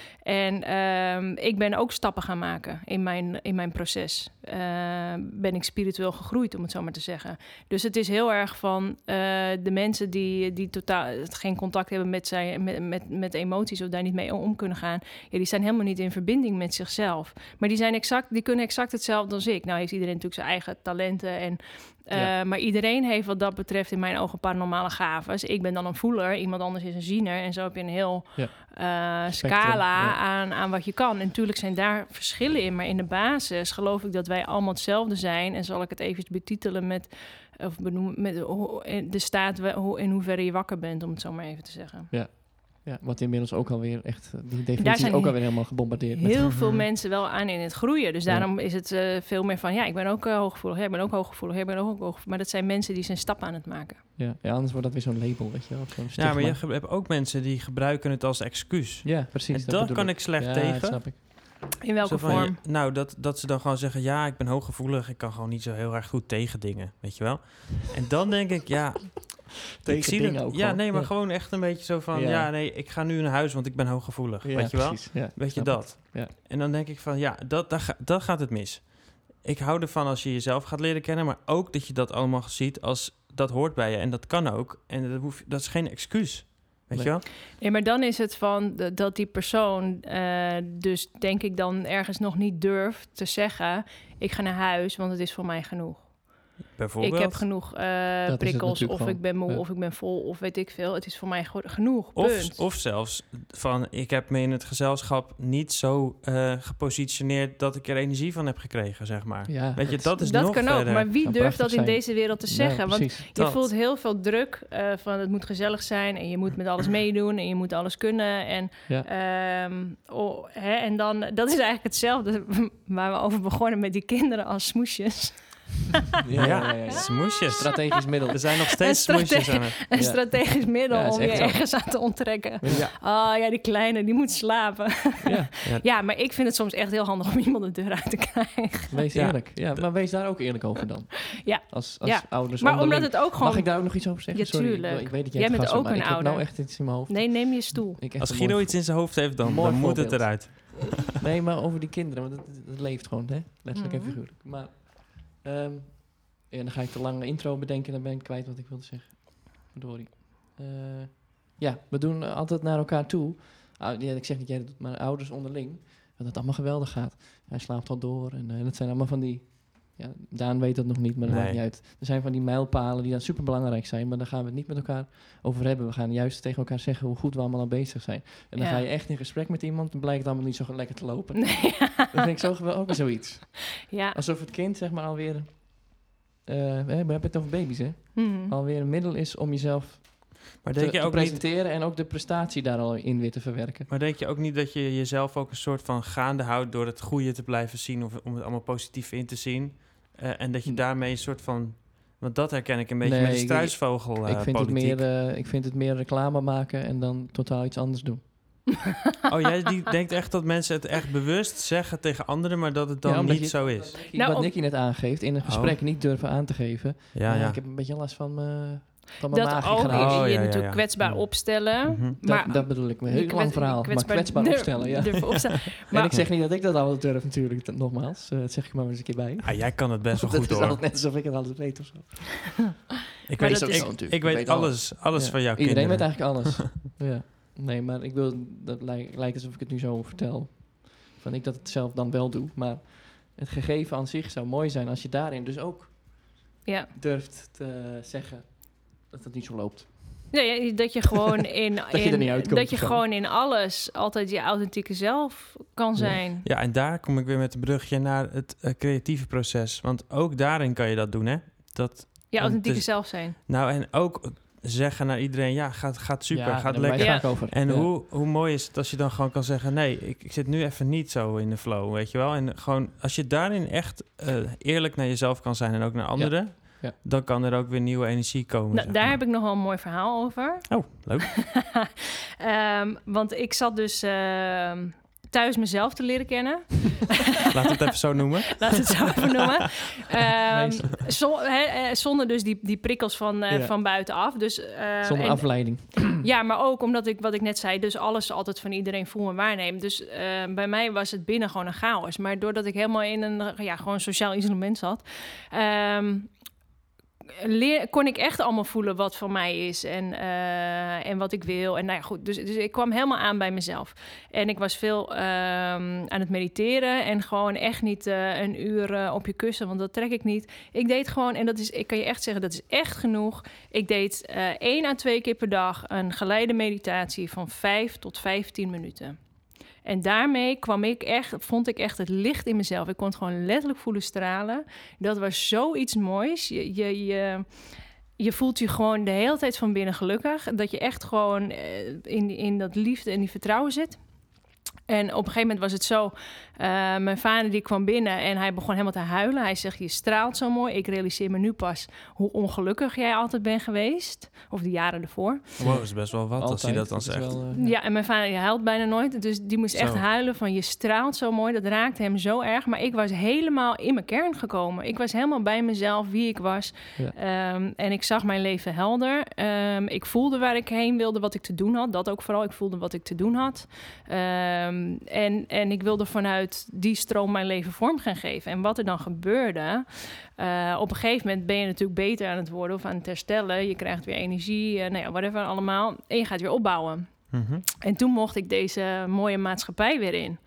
En um, ik ben ook stappen gaan maken in mijn, in mijn proces. Uh, ben ik spiritueel gegroeid, om het zo maar te zeggen. Dus het is heel erg van uh, de mensen die, die totaal geen contact hebben met, zijn, met, met, met emoties of daar niet mee om kunnen gaan. Ja, die zijn helemaal niet in verbinding met zichzelf. Maar die, zijn exact, die kunnen exact hetzelfde als ik. Nou heeft iedereen natuurlijk zijn eigen talenten en... Uh, ja. Maar iedereen heeft wat dat betreft in mijn ogen paranormale gaven. Ik ben dan een voeler, iemand anders is een ziener. En zo heb je een heel ja. uh, scala ja. aan, aan wat je kan. En natuurlijk zijn daar verschillen in. Maar in de basis geloof ik dat wij allemaal hetzelfde zijn. En zal ik het even betitelen met, of benoemen, met de staat in hoeverre je wakker bent, om het zo maar even te zeggen. Ja. Ja, wat inmiddels ook alweer echt, die definitie is ook alweer helemaal gebombardeerd. Heel met. veel mensen wel aan in het groeien. Dus daarom ja. is het uh, veel meer van, ja, ik ben ook uh, hooggevoelig, ja, ik ben ook hooggevoelig, ja, ik ben ook hooggevoelig. Maar dat zijn mensen die zijn stap aan het maken. Ja, ja anders wordt dat weer zo'n label, weet je wel. Zo'n ja, maar je hebt ook mensen die gebruiken het als excuus. Ja, precies. En dat, dat kan ik, ik slecht ja, tegen. Dat snap ik. In welke van, vorm? Ja, nou, dat, dat ze dan gewoon zeggen, ja, ik ben hooggevoelig, ik kan gewoon niet zo heel erg goed tegen dingen, weet je wel. En dan denk ik, ja... Tegen ik zie dingen dat, ook ja, gewoon. nee, maar ja. gewoon echt een beetje zo van... Ja. ja, nee, ik ga nu naar huis, want ik ben hooggevoelig. Ja, weet je wel? Precies, ja, weet je dat? Ja. En dan denk ik van, ja, dat, dat, ga, dat gaat het mis. Ik hou ervan als je jezelf gaat leren kennen... maar ook dat je dat allemaal ziet als... dat hoort bij je en dat kan ook. En dat, hoef, dat is geen excuus. Weet nee. je wel? Nee, maar dan is het van de, dat die persoon uh, dus denk ik dan ergens nog niet durft te zeggen... ik ga naar huis, want het is voor mij genoeg. Bijvoorbeeld? Ik heb genoeg uh, prikkels, of gewoon. ik ben moe, ja. of ik ben vol, of weet ik veel. Het is voor mij go- genoeg, of, punt. Of zelfs van, ik heb me in het gezelschap niet zo uh, gepositioneerd... dat ik er energie van heb gekregen, zeg maar. Ja, weet je, dat is dat nog kan verder. ook, maar wie durft dat in zijn. deze wereld te zeggen? Ja, Want je dat. voelt heel veel druk uh, van het moet gezellig zijn... en je moet met alles meedoen en je moet alles kunnen. En, ja. um, oh, hè, en dan, dat is eigenlijk hetzelfde waar we over begonnen met die kinderen als smoesjes... Ja, ja, ja, ja. Smoesjes. Strategisch middel. Er zijn nog steeds strate- smoesjes aan het. Een strategisch middel ja, om je zo. ergens aan te onttrekken. Ja. Oh ja, die kleine, die moet slapen. Ja. Ja. ja, maar ik vind het soms echt heel handig om iemand de deur uit te krijgen. Wees eerlijk. Ja, maar wees daar ook eerlijk over dan. Ja. Als, als ja. ouders maar onderling. omdat het ook gewoon... Mag ik daar ook nog iets over zeggen? Ja, Sorry, tuurlijk. ik weet dat jij, jij het bent gast ook bent, een maar ouder. Ik heb nou echt iets in mijn hoofd. Nee, neem je stoel. Als Guido iets in zijn hoofd heeft, dan, dan moet het eruit. Nee, maar over die kinderen, want het, het leeft gewoon, hè? Letterlijk mm-hmm. en figuurlijk. Maar... Um, en dan ga ik te lange intro bedenken en dan ben ik kwijt wat ik wilde zeggen. Verdorie. Uh, ja, we doen altijd naar elkaar toe. Uh, ja, ik zeg niet jij dat doet, maar ouders onderling. Dat het allemaal geweldig gaat. Hij slaapt al door. En uh, dat zijn allemaal van die... Ja, Daan weet dat nog niet, maar dat nee. maakt niet uit. Er zijn van die mijlpalen die dan super belangrijk zijn. Maar daar gaan we het niet met elkaar over hebben. We gaan juist tegen elkaar zeggen hoe goed we allemaal al bezig zijn. En dan ja. ga je echt in gesprek met iemand. Dan blijkt het allemaal niet zo lekker te lopen. Nee. Dat vind ik zo ook weer zoiets. Ja. Alsof het kind zeg maar alweer... Uh, we hebben het over baby's, hè? Mm-hmm. Alweer een middel is om jezelf maar denk te, je ook te presenteren niet... en ook de prestatie daar al in weer te verwerken. Maar denk je ook niet dat je jezelf ook een soort van gaande houdt door het goede te blijven zien of om het allemaal positief in te zien? Uh, en dat je daarmee een soort van... Want dat herken ik een beetje nee, met de struisvogel uh, ik, vind politiek. Het meer, uh, ik vind het meer reclame maken en dan totaal iets anders doen. Oh, jij die denkt echt dat mensen het echt bewust zeggen tegen anderen, maar dat het dan ja, niet je, zo is. Nicky, nou, wat Nicky net aangeeft, in een gesprek oh. niet durven aan te geven. Ja, uh, ja. Ik heb een beetje last van mijn van mijn dat magie ook, gedaan. je, Oh, je ja, ja, natuurlijk ja. kwetsbaar ja. opstellen. Mm-hmm. Maar, dat, dat bedoel ik, een heel lang verhaal, kwetsbaar, maar kwetsbaar durf, opstellen. Ja. Durf opstellen. Maar, en ik zeg niet dat ik dat al durf natuurlijk, t- nogmaals. Uh, dat zeg ik maar eens een keer bij. Ah, jij kan het best wel goed hoor. Het is altijd net alsof ik het altijd weet of zo. ik weet, ik, ik, ik weet, weet alles, alles ja. van jouw Iedereen kinderen. weet eigenlijk alles. ja. Nee, maar ik wil, dat lijkt, lijkt alsof ik het nu zo vertel. Van ik dat het zelf dan wel doe. Maar het gegeven aan zich zou mooi zijn als je daarin dus ook ja. durft te zeggen dat het niet zo loopt. Nee, dat je gewoon in, dat je, in, er niet uitkomt, dat je gewoon in alles altijd je authentieke zelf kan zijn. Ja. ja, en daar kom ik weer met een brugje naar het uh, creatieve proces. Want ook daarin kan je dat doen, hè? Dat, je authentieke dus, zelf zijn. Nou, en ook zeggen naar iedereen... ja, gaat, gaat super, ja, gaat lekker. Ja. Over. En ja. hoe, hoe mooi is het als je dan gewoon kan zeggen... nee, ik, ik zit nu even niet zo in de flow, weet je wel. En gewoon, als je daarin echt uh, eerlijk naar jezelf kan zijn... en ook naar anderen... Ja. Ja. Dan kan er ook weer nieuwe energie komen. Nou, daar maar. heb ik nog wel een mooi verhaal over. Oh, leuk. um, want ik zat dus... Uh, thuis mezelf te leren kennen. Laten we het even zo noemen. Laten we het zo even noemen. Um, zo, he, zonder dus die, die prikkels van, uh, ja. van buitenaf. Dus, uh, zonder en, afleiding. Ja, maar ook omdat ik, wat ik net zei... dus alles altijd van iedereen voel en waarneem. Dus uh, bij mij was het binnen gewoon een chaos. Maar doordat ik helemaal in een ja, gewoon sociaal isolement zat... Um, Leer, kon ik echt allemaal voelen wat van mij is en, uh, en wat ik wil. En nou ja, goed, dus, dus ik kwam helemaal aan bij mezelf. En ik was veel um, aan het mediteren en gewoon echt niet uh, een uur uh, op je kussen, want dat trek ik niet. Ik deed gewoon, en dat is, ik kan je echt zeggen, dat is echt genoeg. Ik deed uh, één à twee keer per dag een geleide meditatie van vijf tot vijftien minuten. En daarmee kwam ik echt, vond ik echt het licht in mezelf. Ik kon het gewoon letterlijk voelen stralen. Dat was zoiets moois. Je, je, je, je voelt je gewoon de hele tijd van binnen gelukkig. Dat je echt gewoon in, in dat liefde en die vertrouwen zit. En op een gegeven moment was het zo... Uh, mijn vader die kwam binnen en hij begon helemaal te huilen. Hij zegt, je straalt zo mooi. Ik realiseer me nu pas hoe ongelukkig jij altijd bent geweest. Of de jaren ervoor. Wow, dat is best wel wat altijd, als hij dat dan zegt. Wel, uh, ja, en mijn vader die huilt bijna nooit. Dus die moest echt zo. huilen van, je straalt zo mooi. Dat raakte hem zo erg. Maar ik was helemaal in mijn kern gekomen. Ik was helemaal bij mezelf, wie ik was. Ja. Um, en ik zag mijn leven helder. Um, ik voelde waar ik heen wilde, wat ik te doen had. Dat ook vooral. Ik voelde wat ik te doen had. Um, en, en ik wilde vanuit die stroom mijn leven vorm gaan geven. En wat er dan gebeurde... Uh, op een gegeven moment ben je natuurlijk beter aan het worden... of aan het herstellen. Je krijgt weer energie, uh, nou ja, whatever allemaal. En je gaat weer opbouwen. Mm-hmm. En toen mocht ik deze mooie maatschappij weer in.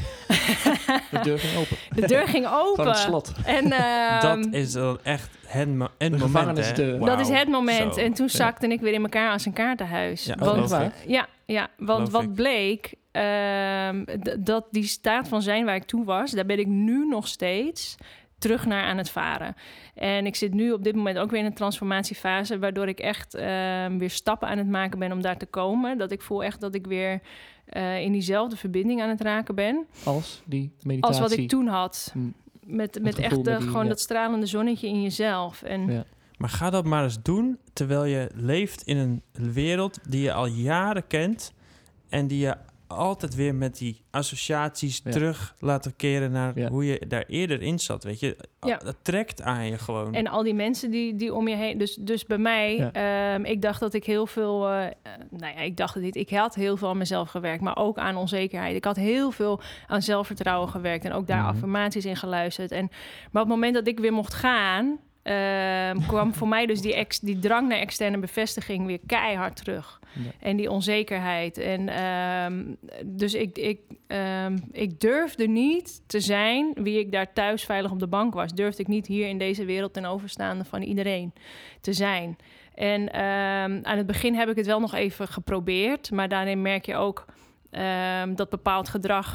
De deur ging open. De deur ging open. Van het slot. En, uh, dat is dan echt het, mo- het de moment, hè? Wow. Dat is het moment. Zo. En toen zakte ja. ik weer in elkaar als een kaartenhuis. Ja, want, uh, ja, ja, want wat bleek... Uh, d- dat die staat van zijn waar ik toen was... daar ben ik nu nog steeds terug naar aan het varen. En ik zit nu op dit moment ook weer in een transformatiefase... waardoor ik echt uh, weer stappen aan het maken ben om daar te komen. Dat ik voel echt dat ik weer uh, in diezelfde verbinding aan het raken ben. Als die meditatie? Als wat ik toen had. Hmm. Met, met echt de, die, gewoon ja. dat stralende zonnetje in jezelf. En ja. Maar ga dat maar eens doen... terwijl je leeft in een wereld die je al jaren kent... en die je altijd weer met die associaties ja. terug laten keren naar ja. hoe je daar eerder in zat, weet je. Ja. Dat trekt aan je gewoon. En al die mensen die, die om je heen... Dus, dus bij mij, ja. um, ik dacht dat ik heel veel... Uh, nou ja, ik dacht het niet. Ik had heel veel aan mezelf gewerkt, maar ook aan onzekerheid. Ik had heel veel aan zelfvertrouwen gewerkt en ook daar mm-hmm. affirmaties in geluisterd. En, maar op het moment dat ik weer mocht gaan... Uh, kwam voor mij dus die, ex, die drang naar externe bevestiging weer keihard terug. Ja. En die onzekerheid. En um, dus ik, ik, um, ik durfde niet te zijn wie ik daar thuis veilig op de bank was. Durfde ik niet hier in deze wereld ten overstaande van iedereen te zijn. En um, aan het begin heb ik het wel nog even geprobeerd. Maar daarin merk je ook... Um, dat bepaald gedrag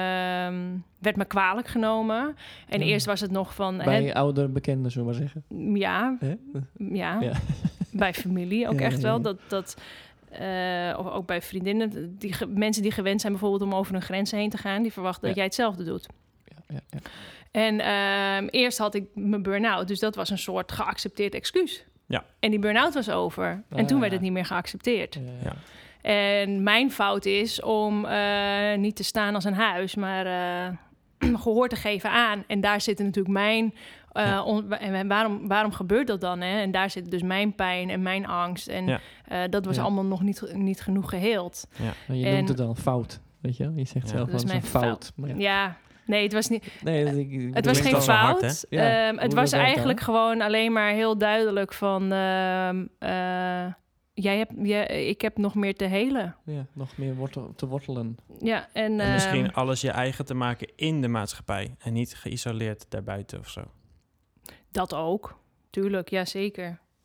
um, werd me kwalijk genomen. En ja. eerst was het nog van... Bij he, oudere bekenden, zullen we maar zeggen. Ja, ja. ja. Bij familie ook ja, echt ja, ja. wel. Dat, dat, uh, of ook bij vriendinnen. Die ge- mensen die gewend zijn bijvoorbeeld om over hun grenzen heen te gaan... die verwachten ja. dat jij hetzelfde doet. Ja, ja, ja. En um, eerst had ik mijn burn-out. Dus dat was een soort geaccepteerd excuus. Ja. En die burn-out was over. Ah, en toen werd het niet meer geaccepteerd. Ja, ja. En mijn fout is om uh, niet te staan als een huis, maar uh, gehoor te geven aan. En daar zit natuurlijk mijn... Uh, ja. on, en waarom, waarom gebeurt dat dan? Hè? En daar zit dus mijn pijn en mijn angst. En ja. uh, dat was ja. allemaal nog niet, niet genoeg geheeld. Ja. Je en, noemt het dan fout, weet je? Je zegt ja. zelf wel eens een fout. fout. Maar ja. ja. Nee, het was niet. Nee, dat, ik, het was geen fout. Hard, ja. um, het was eigenlijk dan? gewoon alleen maar heel duidelijk van... Uh, uh, Jij hebt, jij, ik heb nog meer te helen. Ja, nog meer wortel, te wortelen. Ja, en, en uh, misschien alles je eigen te maken in de maatschappij... en niet geïsoleerd daarbuiten of zo. Dat ook, tuurlijk, ja zeker.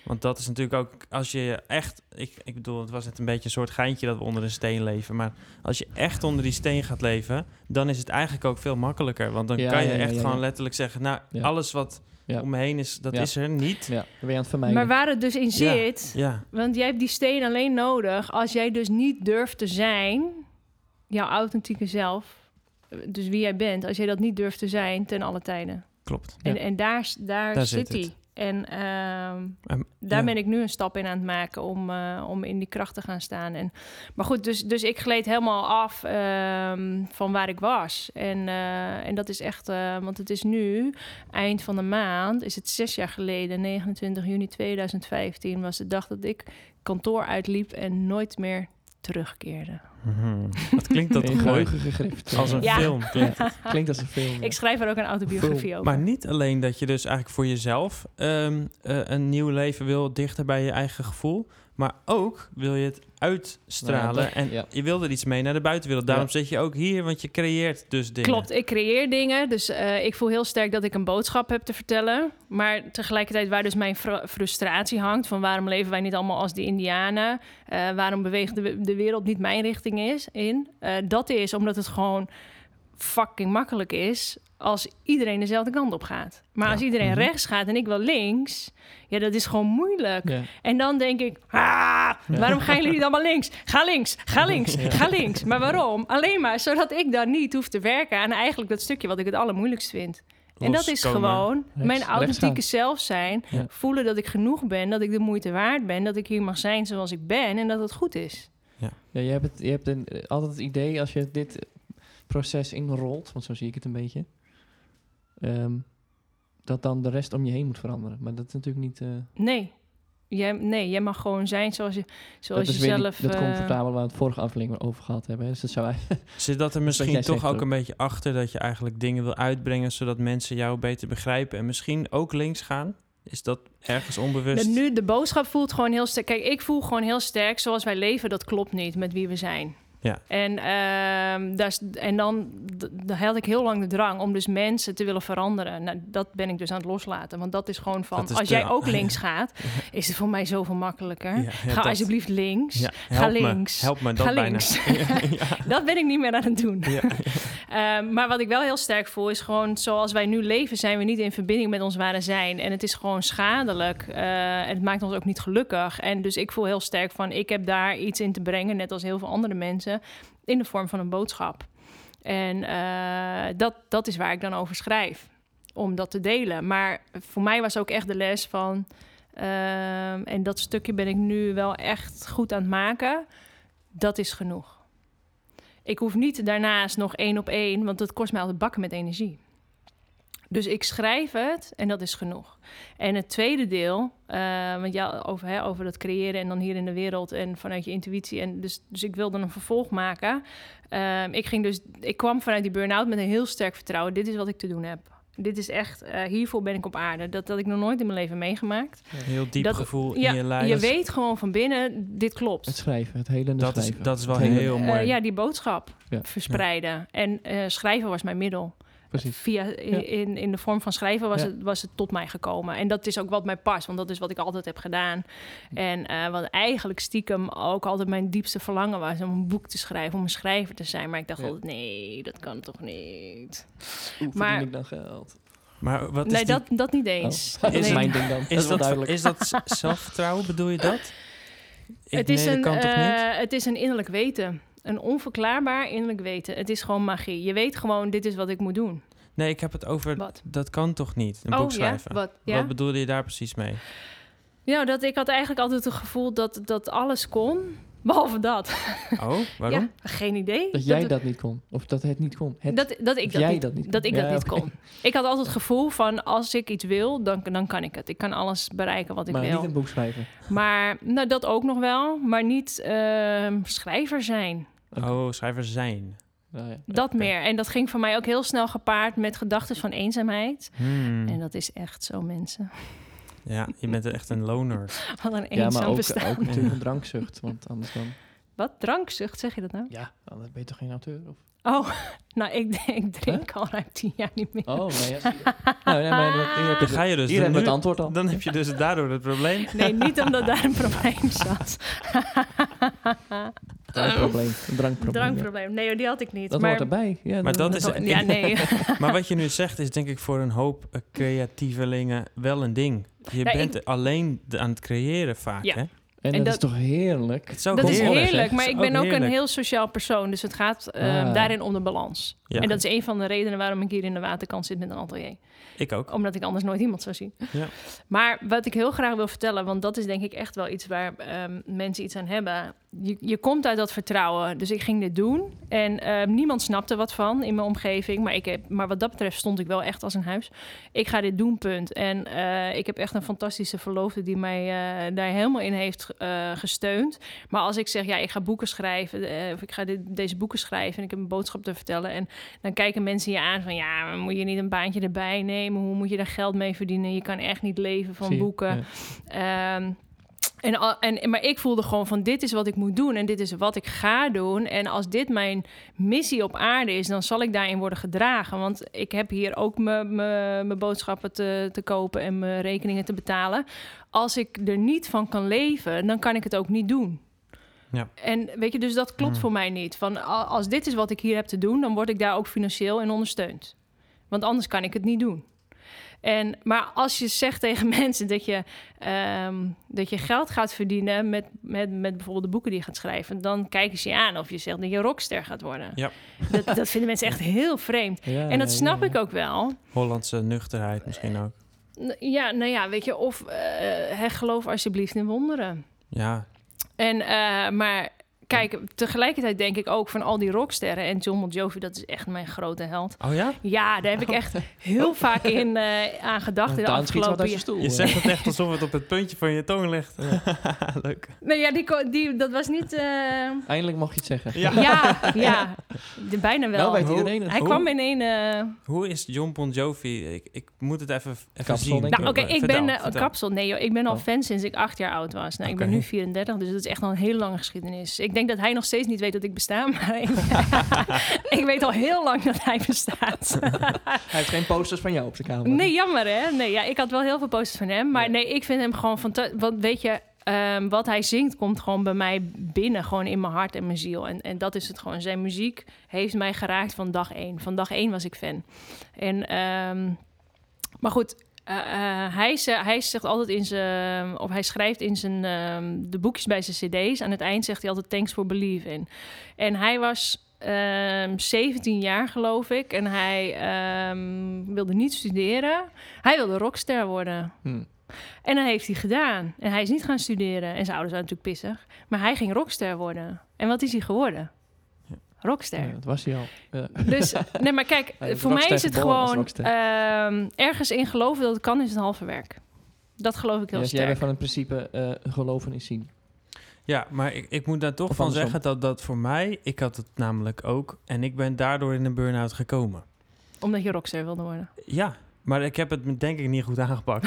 Want dat is natuurlijk ook, als je echt... Ik, ik bedoel, het was net een beetje een soort geintje dat we onder een steen leven. Maar als je echt onder die steen gaat leven, dan is het eigenlijk ook veel makkelijker. Want dan Ja, kan je ja, ja, echt ja, gewoon ja. letterlijk zeggen... Nou, Ja. alles wat Ja. om me heen is, dat Ja. is er niet. Ja, dan ben je aan het vermijden. Maar waar het dus in zit... Ja. Want jij hebt die steen alleen nodig als jij dus niet durft te zijn, jouw authentieke zelf, dus wie jij bent, als jij dat niet durft te zijn ten alle tijden. Klopt. En, Ja. en daar, daar, Daar zit zit hij. En ehm, Um, daar ja. ben ik nu een stap in aan het maken om, uh, om in die kracht te gaan staan. En, maar goed, dus, dus ik gleed helemaal af um, van waar ik was. En, uh, en dat is echt, uh, want het is nu, eind van de maand, is het zes jaar geleden, negenentwintig juni tweeduizend vijftien, was de dag dat ik kantoor uitliep en nooit meer terugkeerde. Mm-hmm. Wat klinkt dat In mooi? geheugen gegrift. Als een Ja. film. Klinkt Ja, klinkt als een film. ja. Ik schrijf er ook een autobiografie over. Maar niet alleen dat je dus eigenlijk voor jezelf um, uh, een nieuw leven wil, dichter bij je eigen gevoel, maar ook wil je het uitstralen Nou ja, dat- en ja. je wil er iets mee naar de buitenwereld. Daarom Ja. zit je ook hier, want je creëert dus dingen. Klopt, ik creëer dingen. Dus uh, ik voel heel sterk dat ik een boodschap heb te vertellen. Maar tegelijkertijd waar dus mijn fr- frustratie hangt, van waarom leven wij niet allemaal als die Indianen? Uh, waarom beweegt de, de wereld niet mijn richting is, in? Uh, dat is omdat het gewoon fucking makkelijk is als iedereen dezelfde kant op gaat. Maar Ja. als iedereen Mm-hmm. rechts gaat en ik wil links, ja, dat is gewoon moeilijk. Ja. En dan denk ik, ah, waarom gaan jullie niet allemaal links? Ga links, ga links, ga links. Maar waarom? Alleen maar zodat ik dan niet hoef te werken aan eigenlijk dat stukje wat ik het allermoeilijkst vind. En dat is Loskomen. gewoon Rechts- mijn authentieke rechts zelf zijn. Ja. Voelen dat ik genoeg ben, dat ik de moeite waard ben, dat ik hier mag zijn zoals ik ben en dat het goed is. Ja, je hebt, het, je hebt een, eh, altijd het idee als je dit eh, proces inrolt, want zo zie ik het een beetje, ehm, dat dan de rest om je heen moet veranderen. Maar dat is natuurlijk niet... eh, Nee. Jij, nee, jij mag gewoon zijn zoals je, zoals dat is je weer zelf... niet, dat uh, comfortabel waar we het vorige aflevering over gehad hebben. Hè. Dus dat zou eigenlijk... Zit dat er jij misschien toch zegt ook ook. een beetje achter dat je eigenlijk dingen wil uitbrengen zodat mensen jou beter begrijpen en misschien ook links gaan? Is dat ergens onbewust? de, nu, de boodschap voelt gewoon heel sterk. Kijk, ik voel gewoon heel sterk zoals wij leven, dat klopt niet met wie we zijn. Ja. En, uh, daar is, en dan, d- dan had ik heel lang de drang om dus mensen te willen veranderen. Nou, dat ben ik dus aan het loslaten. Want dat is gewoon van, Dat is als te- jij ook links gaat, is het voor mij zoveel makkelijker. Ja, ja, Ga dat- alsjeblieft links. Ja, Ga help me. links. Help me, dat Ga bijna. links. Ja, ja. Dat ben ik niet meer aan het doen. Ja, Uh, maar wat ik wel heel sterk voel is gewoon, zoals wij nu leven, zijn we niet in verbinding met ons ware zijn. En het is gewoon schadelijk. Uh, en het maakt ons ook niet gelukkig. En dus ik voel heel sterk van, ik heb daar iets in te brengen, net als heel veel andere mensen, in de vorm van een boodschap. En uh, dat, dat is waar ik dan over schrijf, om dat te delen. Maar voor mij was ook echt de les van, uh, en dat stukje ben ik nu wel echt goed aan het maken, dat is genoeg. Ik hoef niet daarnaast nog één op één, want dat kost mij altijd bakken met energie. Dus ik schrijf het en dat is genoeg. En het tweede deel, uh, want ja, over, hè, over dat creëren en dan hier in de wereld en vanuit je intuïtie. En dus, dus ik wilde een vervolg maken. Uh, ik, ging dus, ik kwam vanuit die burn-out met een heel sterk vertrouwen. Dit is wat ik te doen heb. Dit is echt, uh, hiervoor ben ik op aarde. Dat had ik nog nooit in mijn leven meegemaakt. Een heel diep Dat- gevoel Ja, in je lijf. je weet gewoon van binnen, dit klopt. Het schrijven, het hele dat, is, schrijven. dat is wel Het hele- heel Eh, mooi. ja, die boodschap Ja. verspreiden. En uh, schrijven was mijn middel. Precies. Via, in, Ja. in, in de vorm van schrijven was, Ja. het, was het tot mij gekomen. En dat is ook wat mij past, want dat is wat ik altijd heb gedaan. En uh, wat eigenlijk stiekem ook altijd mijn diepste verlangen was, om een boek te schrijven, om een schrijver te zijn. Maar ik dacht Ja. altijd, nee, dat kan toch niet. Hoe Maar- verdien ik dan geld? Maar wat is Nee, die- dat, dat niet eens. Oh, dat is Nee. mijn ding dan. dat is, is wel dat, duidelijk. is dat z- zelfvertrouwen, bedoel je dat? Ik, Het is, nee, een, dat kan toch niet? uh, het is een innerlijk weten. Een onverklaarbaar innerlijk weten. Het is gewoon magie. Je weet gewoon, dit is wat ik moet doen. Nee, ik heb het over... Wat? Dat kan toch niet, een oh boek ja, schrijven? wat? Ja? Wat bedoelde je daar precies mee? Ja, dat ik had eigenlijk altijd het gevoel dat, dat alles kon, behalve dat. Oh, waarom? Ja, geen idee. Dat jij dat niet kon. Of dat het niet kon. Het, dat, dat ik of dat jij niet, dat niet kon. dat ik Ja, dat niet oké. kon. Ik had altijd het gevoel van, als ik iets wil, dan, dan kan ik het. Ik kan alles bereiken wat ik maar wil. niet een boek schrijven. Maar nou, dat ook nog wel, maar niet uh, schrijver zijn. Oh, schrijver zijn. Nou ja. Dat Oké. meer. En dat ging voor mij ook heel snel gepaard met gedachten van eenzaamheid. Hmm. En dat is echt zo, mensen. Ja, je bent echt een loner. Wat een Ja, eenzaam maar ook, bestaan. ook natuurlijk een drankzucht. Want anders dan... Wat? Drankzucht, zeg je dat nou? Ja, anders ben je toch geen auteur? Of... Oh, nou, ik, ik drink huh? al ruim tien jaar niet meer. Oh, nee. Ja, nou, nee maar dat, hier heb je, ga je dus. Hier hebben we het antwoord al. Dan heb je dus daardoor het probleem. Nee, niet omdat daar een probleem zat. Drankprobleem. Een drankprobleem. Drankprobleem. Ja. Nee, die had ik niet. Dat maar, hoort erbij. Ja, maar dat, dat is... Ja, nee. Maar wat je nu zegt is denk ik voor een hoop creatievelingen wel een ding. Je ja, bent ik... alleen aan het creëren vaak, ja. hè? En, en dat, dat is toch heerlijk? Het is ook dat heerlijk, is heerlijk, maar ik ben ook, ook een heel sociaal persoon. Dus het gaat uh, ah. daarin om de balans. Ja. En dat is een van de redenen waarom ik hier in de waterkant zit met een atelier. Ik ook. Omdat ik anders nooit iemand zou zien. Ja. Maar wat ik heel graag wil vertellen, want dat is denk ik echt wel iets waar um, mensen iets aan hebben. Je, je komt uit dat vertrouwen. Dus ik ging dit doen. En uh, niemand snapte wat van in mijn omgeving. Maar, ik heb, maar wat dat betreft stond ik wel echt als een huis. Ik ga dit doen, punt. En uh, ik heb echt een fantastische verloofde die mij uh, daar helemaal in heeft uh, gesteund. Maar als ik zeg, ja, ik ga boeken schrijven. Uh, of ik ga dit, deze boeken schrijven en ik heb een boodschap te vertellen. En dan kijken mensen je aan van, ja, moet je niet een baantje erbij nemen? Hoe moet je daar geld mee verdienen? Je kan echt niet leven van boeken. Ja. Um, En, en, maar ik voelde gewoon van dit is wat ik moet doen en dit is wat ik ga doen. En als dit mijn missie op aarde is, dan zal ik daarin worden gedragen. Want ik heb hier ook mijn boodschappen te, te kopen en mijn rekeningen te betalen. Als ik er niet van kan leven, dan kan ik het ook niet doen. Ja. En weet je, dus dat klopt mm. voor mij niet. Van als dit is wat ik hier heb te doen, dan word ik daar ook financieel in ondersteund. Want anders kan ik het niet doen. En, maar als je zegt tegen mensen dat je, um, dat je geld gaat verdienen met, met, met bijvoorbeeld de boeken die je gaat schrijven, dan kijken ze je aan of je zegt dat je rockster gaat worden. Ja. Dat, dat vinden mensen echt heel vreemd. Ja, en dat ja, snap ja, ja. ik ook wel. Hollandse nuchterheid misschien ook. Ja, nou ja, weet je, of uh, geloof alsjeblieft in wonderen. Ja. En, uh, maar kijk, tegelijkertijd denk ik ook van al die rocksterren en Jon Bon Jovi, dat is echt mijn grote held. Oh ja? Ja, daar heb ik echt heel vaak in uh, aan gedacht in de afgelopen je, stoel, je zegt het echt alsof het op het puntje van je tong ligt. Leuk. Nee, ja, die, die, dat was niet... Uh... Eindelijk mocht je het zeggen. Ja, ja, ja de, bijna wel. Nou weet iedereen het. Hij hoe, kwam in een... Uh... Hoe is Jon Bon Jovi? Ik, ik moet het even, even kapsel, zien. Nou, oké, okay, ik vertel, ben... Uh, vertel. Kapsel, nee joh, ik ben al oh. fan sinds ik acht jaar oud was. Nou, okay. Ik ben nu vierendertig, dus dat is echt al een hele lange geschiedenis. Ik denk dat hij nog steeds niet weet dat ik besta, maar ik, ik weet al heel lang dat hij bestaat. Hij heeft geen posters van jou op zijn kamer. Nee, jammer hè. Nee, ja, ik had wel heel veel posters van hem, maar ja. nee, ik vind hem gewoon fantastisch. Want weet je, um, wat hij zingt komt gewoon bij mij binnen, gewoon in mijn hart en mijn ziel. En, en dat is het gewoon. Zijn muziek heeft mij geraakt van dag één. Van dag één was ik fan. En, um, maar goed. Uh, uh, hij, ze, hij zegt altijd in zijn, of hij schrijft in zijn um, de boekjes bij zijn cd's. Aan het eind zegt hij altijd thanks for believing. En hij was um, zeventien jaar, geloof ik. En hij um, wilde niet studeren. Hij wilde rockster worden. Hmm. En dat heeft hij gedaan. En hij is niet gaan studeren. En zijn ouders waren natuurlijk pissig. Maar hij ging rockster worden. En wat is hij geworden? Rockster. Ja, dat was hij al. Ja. Dus, nee, maar kijk, ja, voor mij is het gewoon uh, ergens in geloven dat het kan, is het halve werk. Dat geloof ik heel ja, sterk. Jij bent van het principe uh, geloven is zien. Ja, maar ik, ik moet daar toch of van zeggen dat dat voor mij, ik had het namelijk ook, en ik ben daardoor in een burn-out gekomen. Omdat je rockster wilde worden? Ja. Maar ik heb het denk ik niet goed aangepakt.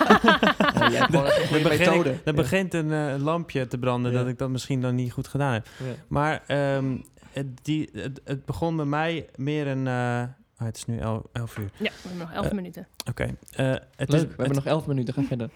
ja, dan begin ik, dan begint een uh, lampje te branden ja. dat ik dat misschien dan niet goed gedaan heb. Ja. Maar um, het, die, het, het begon bij mij meer een... Uh, oh, het is nu elf, elf uur. Ja, we hebben nog elf uh, minuten. Oké. Okay. Uh, Leuk, is, we hebben nog elf minuten. Ga verder.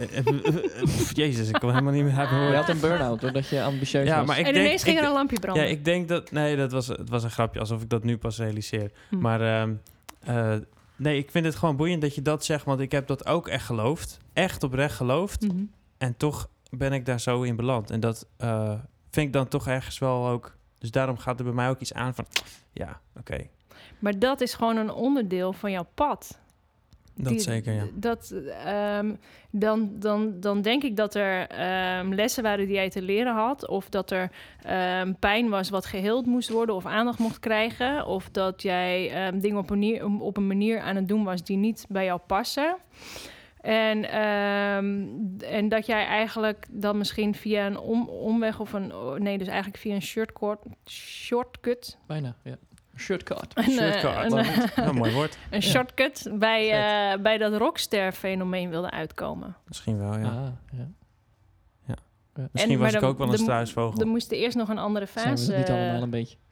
Jezus, ik kon helemaal niet meer hebben horen. Je had een burn-out doordat je ambitieus ja, was. Maar ik en denk, ineens ging ik, er een lampje branden. Ja, ik denk dat... Nee, dat was, het was een grapje, alsof ik dat nu pas realiseer. Hm. Maar... Um, uh, Nee, ik vind het gewoon boeiend dat je dat zegt, want ik heb dat ook echt geloofd. Echt oprecht geloofd. Mm-hmm. En toch ben ik daar zo in beland. En dat uh, vind ik dan toch ergens wel ook... Dus daarom gaat er bij mij ook iets aan van... Ja, oké. Okay. Maar dat is gewoon een onderdeel van jouw pad. Dat Die, zeker, ja. Dat, um, dan, dan, dan denk ik dat er um, lessen waren die jij te leren had. Of dat er um, pijn was wat geheeld moest worden of aandacht mocht krijgen. Of dat jij um, dingen op een, manier, op een manier aan het doen was die niet bij jou passen. En, um, en dat jij eigenlijk dan misschien via een om, omweg of een... Nee, dus eigenlijk via een shortcut... shortcut Bijna, ja. Shortcut. Een, shortcut. Een, een, een mooi woord. Een ja. shortcut bij, uh, bij dat rockster-fenomeen wilde uitkomen. Misschien wel, ja. Ah, ja. ja. ja. Misschien en, was ik de, ook wel een struisvogel. Er moest eerst nog een andere fase... Zijn we niet allemaal een beetje?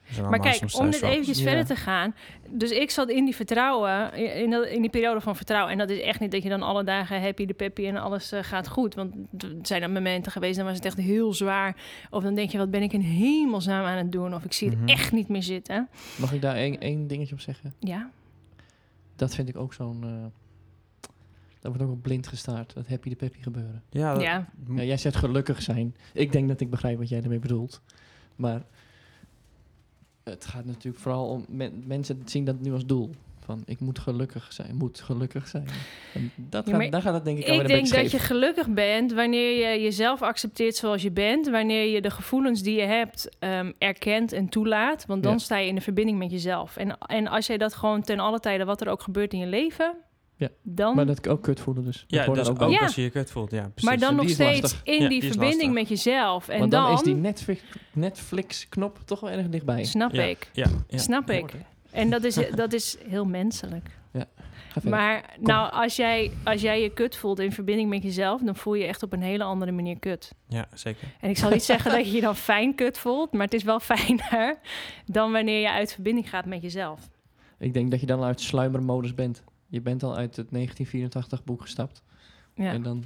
Maar kijk, om dit eventjes ja. verder te gaan. Dus ik zat in die vertrouwen, in, de, in die periode van vertrouwen. En dat is echt niet dat je dan alle dagen happy de peppy en alles uh, gaat goed. Want er zijn dan momenten geweest, dan was het echt heel zwaar. Of dan denk je, wat ben ik in hemelsnaam aan het doen? Of ik zie het mm-hmm. echt niet meer zitten. Mag ik daar één, één dingetje op zeggen? Ja. Dat vind ik ook zo'n... Uh, dat wordt ook op blind gestaard. Dat happy de peppy gebeuren. Ja, dat... ja. ja. Jij zegt gelukkig zijn. Ik denk dat ik begrijp wat jij ermee bedoelt. Maar... Het gaat natuurlijk vooral om... Men, mensen zien dat nu als doel. Van, ik moet gelukkig zijn. Moet gelukkig zijn. En dat ja, gaat, daar gaat het denk ik Ik een denk dat scheef. je gelukkig bent wanneer je jezelf accepteert zoals je bent. Wanneer je de gevoelens die je hebt um, erkent en toelaat. Want dan ja. sta je in de verbinding met jezelf. En, en als jij dat gewoon ten alle tijde, wat er ook gebeurt in je leven... Ja, dan... maar dat ik ook kut voelen dus. Ja, dus ook, ook ja. als je je kut voelt, ja, precies. Maar dan en nog steeds lastig. in ja, die, die verbinding met jezelf. En Want dan, dan is die Netflix, Netflix-knop toch wel erg dichtbij. Snap ja. ik. Ja, ja. Snap ik. En dat is, dat is heel menselijk. Ja. Maar nou, als jij, als jij je kut voelt in verbinding met jezelf... dan voel je je echt op een hele andere manier kut. Ja, zeker. En ik zal niet zeggen dat je je dan fijn kut voelt... maar het is wel fijner dan wanneer je uit verbinding gaat met jezelf. Ik denk dat je dan al uit sluimermodus bent. Je bent al uit het negentien vierentachtig boek gestapt. Ja. En dan,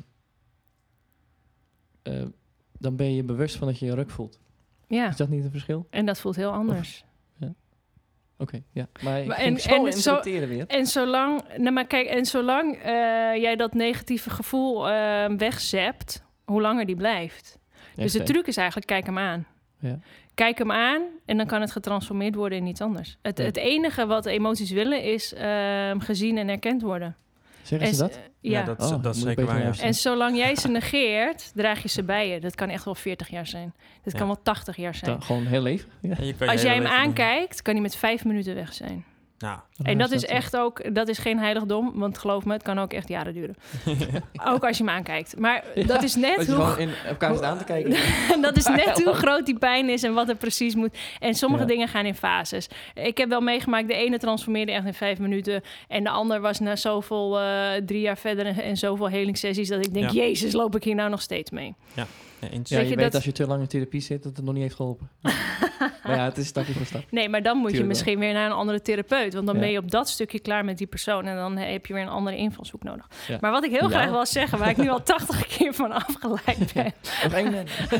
uh, dan ben je je bewust van dat je je ruk voelt. Ja. Is dat niet een verschil? En dat voelt heel anders. Ja. Oké, okay, ja. Maar ik maar ging en, zo en interpreteren zo, weer. En zolang, nou maar kijk, en zolang uh, jij dat negatieve gevoel uh, wegzept, hoe langer die blijft. Ja, dus de truc is eigenlijk, kijk hem aan. Ja. Kijk hem aan en dan kan het getransformeerd worden in iets anders. Het, ja. het enige wat emoties willen is uh, gezien en erkend worden. Zeggen en, ze dat? Uh, ja, ja, dat, oh, dat is zeker waar. Ja. En zolang jij ze negeert, draag je ze bij je. Dat kan echt wel veertig jaar zijn. Dat ja. kan wel tachtig jaar zijn. Dan gewoon heel leven. Ja. Je Als jij hem aankijkt, doen. kan hij met vijf minuten weg zijn. Nou, en dat is echt ook, dat is geen heiligdom, want geloof me, het kan ook echt jaren duren. Ook als je hem aankijkt. Maar ja, dat is net hoe... hoe... in elkaar zit aan te kijken. dat is net hoe groot die pijn is en wat er precies moet. En sommige ja. dingen gaan in fases. Ik heb wel meegemaakt, de ene transformeerde echt in vijf minuten. En de ander was na zoveel, uh, drie jaar verder en, en zoveel helingssessies, dat ik denk, ja. Jezus, loop ik hier nou nog steeds mee? Ja. Ja, ja, je, je weet dat... als je te lang in therapie zit, dat het nog niet heeft geholpen. Maar ja, het is stapje voor stap. Nee, maar dan moet Tuurlijk je misschien wel. weer naar een andere therapeut. Want dan ja. ben je op dat stukje klaar met die persoon. En dan heb je weer een andere invalshoek nodig. Ja. Maar wat ik heel ja. graag wil zeggen, waar ik nu al tachtig keer van afgeleid ben. Nog één.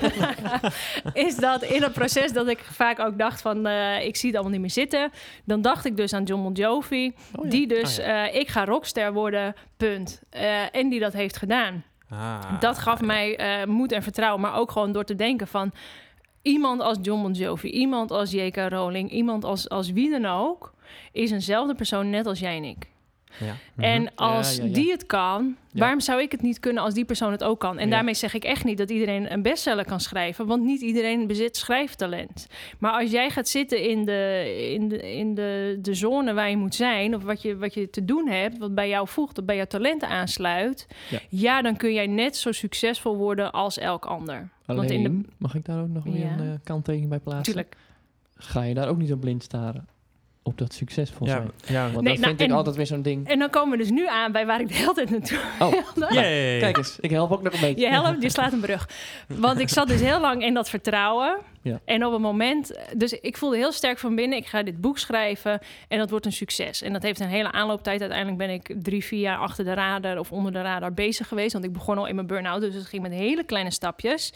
Is dat in het proces dat ik vaak ook dacht van, uh, ik zie het allemaal niet meer zitten. Dan dacht ik dus aan Jon Bon Jovi. Oh ja. Die dus, oh ja. uh, ik ga rockster worden, punt. Uh, en die dat heeft gedaan. Ah, dat gaf mij uh, moed en vertrouwen, maar ook gewoon door te denken van iemand als Jon Bon Jovi, iemand als J K Rowling, iemand als, als wie dan ook, is eenzelfde persoon net als jij en ik. Ja. En mm-hmm. als ja, ja, ja. die het kan, ja. waarom zou ik het niet kunnen als die persoon het ook kan? En ja. daarmee zeg ik echt niet dat iedereen een bestseller kan schrijven, want niet iedereen bezit schrijftalent. Maar als jij gaat zitten in de, in de, in de, de zone waar je moet zijn, of wat je, wat je te doen hebt, wat bij jou voegt, of bij jouw talenten aansluit, ja. ja, dan kun jij net zo succesvol worden als elk ander. Alleen, want in de... mag ik daar ook nog weer ja. een uh, kanttekening bij plaatsen? Tuurlijk. Ga je daar ook niet op blind staren? Op dat succesvol zijn. Ja, ja. Want nee, dat nou, vind en, ik altijd weer zo'n ding. En dan komen we dus nu aan bij waar ik de hele tijd naartoe oh. wilde. Ja, ja, ja. Kijk eens, ik help ook nog een beetje. Je helpt, je slaat een brug. Want ik zat dus heel lang in dat vertrouwen. Ja. En op een moment... Dus ik voelde heel sterk van binnen, ik ga dit boek schrijven en dat wordt een succes. En dat heeft een hele aanlooptijd. Uiteindelijk ben ik drie, vier jaar achter de radar of onder de radar bezig geweest. Want ik begon al in mijn burn-out, dus het ging met hele kleine stapjes.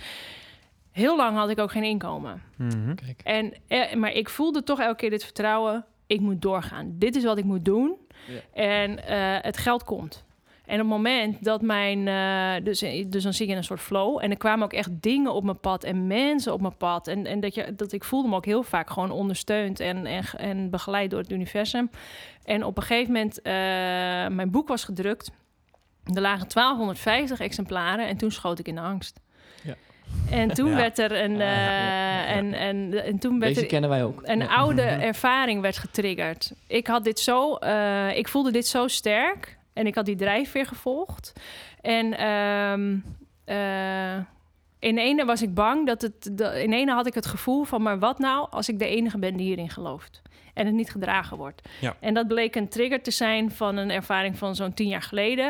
Heel lang had ik ook geen inkomen. Mm-hmm. Kijk. En, maar ik voelde toch elke keer dit vertrouwen. Ik moet doorgaan. Dit is wat ik moet doen. Ja. En uh, het geld komt. En op het moment dat mijn... Uh, dus, dus dan zie je een soort flow. En er kwamen ook echt dingen op mijn pad. En mensen op mijn pad. En, en dat, je, dat ik voelde me ook heel vaak gewoon ondersteund. En, en, en begeleid door het universum. En op een gegeven moment... Uh, mijn boek was gedrukt. Er lagen twaalfhonderdvijftig exemplaren. En toen schoot ik in de angst. Ja. En toen ja. werd er een... Uh, ja, ja, ja. En, en, en toen werd Deze er kennen wij ook. Een ja. oude ervaring werd getriggerd. Ik had dit zo... Uh, ik voelde dit zo sterk. En ik had die drijfveer gevolgd. En um, uh, in ene was ik bang dat het... De, in ene had ik het gevoel van... Maar wat nou als ik de enige ben die hierin gelooft? En het niet gedragen wordt. Ja. En dat bleek een trigger te zijn van een ervaring van zo'n tien jaar geleden.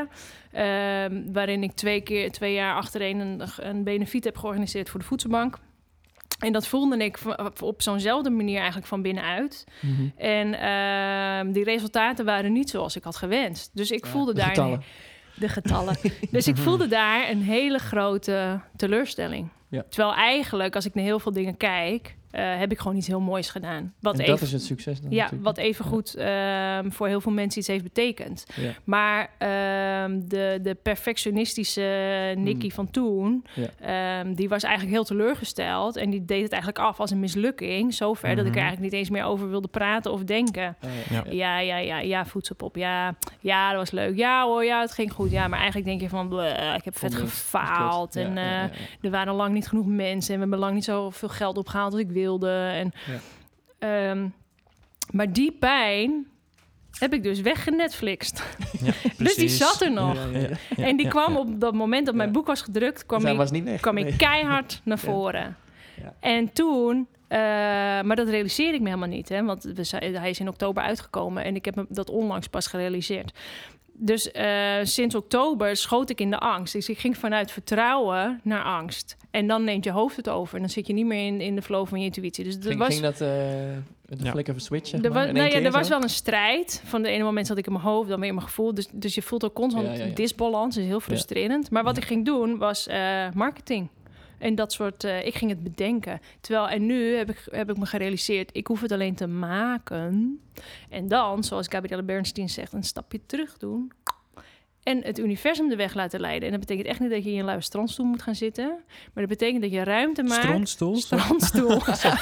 Um, waarin ik twee keer, twee jaar achtereen een, een benefiet heb georganiseerd voor de voedselbank. En dat voelde ik op zo'nzelfde manier eigenlijk van binnenuit. Mm-hmm. En uh, die resultaten waren niet zoals ik had gewenst. Dus ik ja, voelde de daar... Getallen. Een, de getallen. Dus ik voelde daar een hele grote teleurstelling. Ja. Terwijl eigenlijk, als ik naar heel veel dingen kijk... Uh, heb ik gewoon iets heel moois gedaan. Wat en even, dat is het succes dan Ja, natuurlijk. wat even goed uh, voor heel veel mensen iets heeft betekend. Ja. Maar uh, de, de perfectionistische Nikki mm. van toen... Ja. Uh, die was eigenlijk heel teleurgesteld. En die deed het eigenlijk af als een mislukking. Zover mm-hmm. dat ik er eigenlijk niet eens meer over wilde praten of denken. Oh, ja. Ja, ja, ja, ja, ja voedselpop. Ja, ja, dat was leuk. Ja hoor, ja, het ging goed. Ja, maar eigenlijk denk je van... Bleh, ik heb vet gefaald. En uh, ja, ja, ja. er waren lang niet genoeg mensen. En we hebben lang niet zoveel geld opgehaald als ik wilde. En, ja. um, maar die pijn heb ik dus weggenetflixt. Ja, dus die zat er nog. Ja, ja, ja, ja, en die ja, kwam ja. op dat moment dat mijn ja. boek was gedrukt... kwam, dus ik, was niet weg. kwam nee. ik keihard naar voren. Ja. Ja. En toen... Uh, maar dat realiseerde ik me helemaal niet. Hè, want we, hij is in oktober uitgekomen... en ik heb dat onlangs pas gerealiseerd. Dus uh, sinds oktober schoot ik in de angst. Dus ik ging vanuit vertrouwen naar angst. En dan neemt je hoofd het over. En dan zit je niet meer in, in de flow van je intuïtie. Dus ging, was, ging dat uh, de ja. flikker of switch, zeg er maar, was, nou ja, er was wel een strijd. Van de ene moment zat ik in mijn hoofd, dan weer in mijn gevoel. Dus, dus je voelt ook constant ja, ja, ja. disbalans. Dat is heel frustrerend. Ja. Maar wat ja. ik ging doen, was uh, marketing. En dat soort... Uh, ik ging het bedenken. Terwijl, en nu heb ik, heb ik me gerealiseerd... ik hoef het alleen te maken. En dan, zoals Gabrielle Bernstein zegt... een stapje terug doen... en het universum de weg laten leiden. En dat betekent echt niet dat je in je luie strandstoel moet gaan zitten. Maar dat betekent dat je ruimte maakt... Strandstoel? Strandstoel.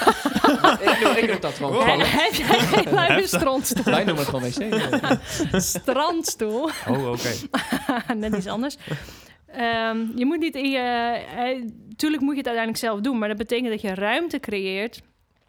ik, doe, ik doe dat gewoon. Heb jij geen luie strandstoel? Wij noemen het gewoon wc. Strandstoel. Oh, oké. Okay. Net iets anders. Um, je moet niet in je... Uh, tuurlijk moet je het uiteindelijk zelf doen. Maar dat betekent dat je ruimte creëert...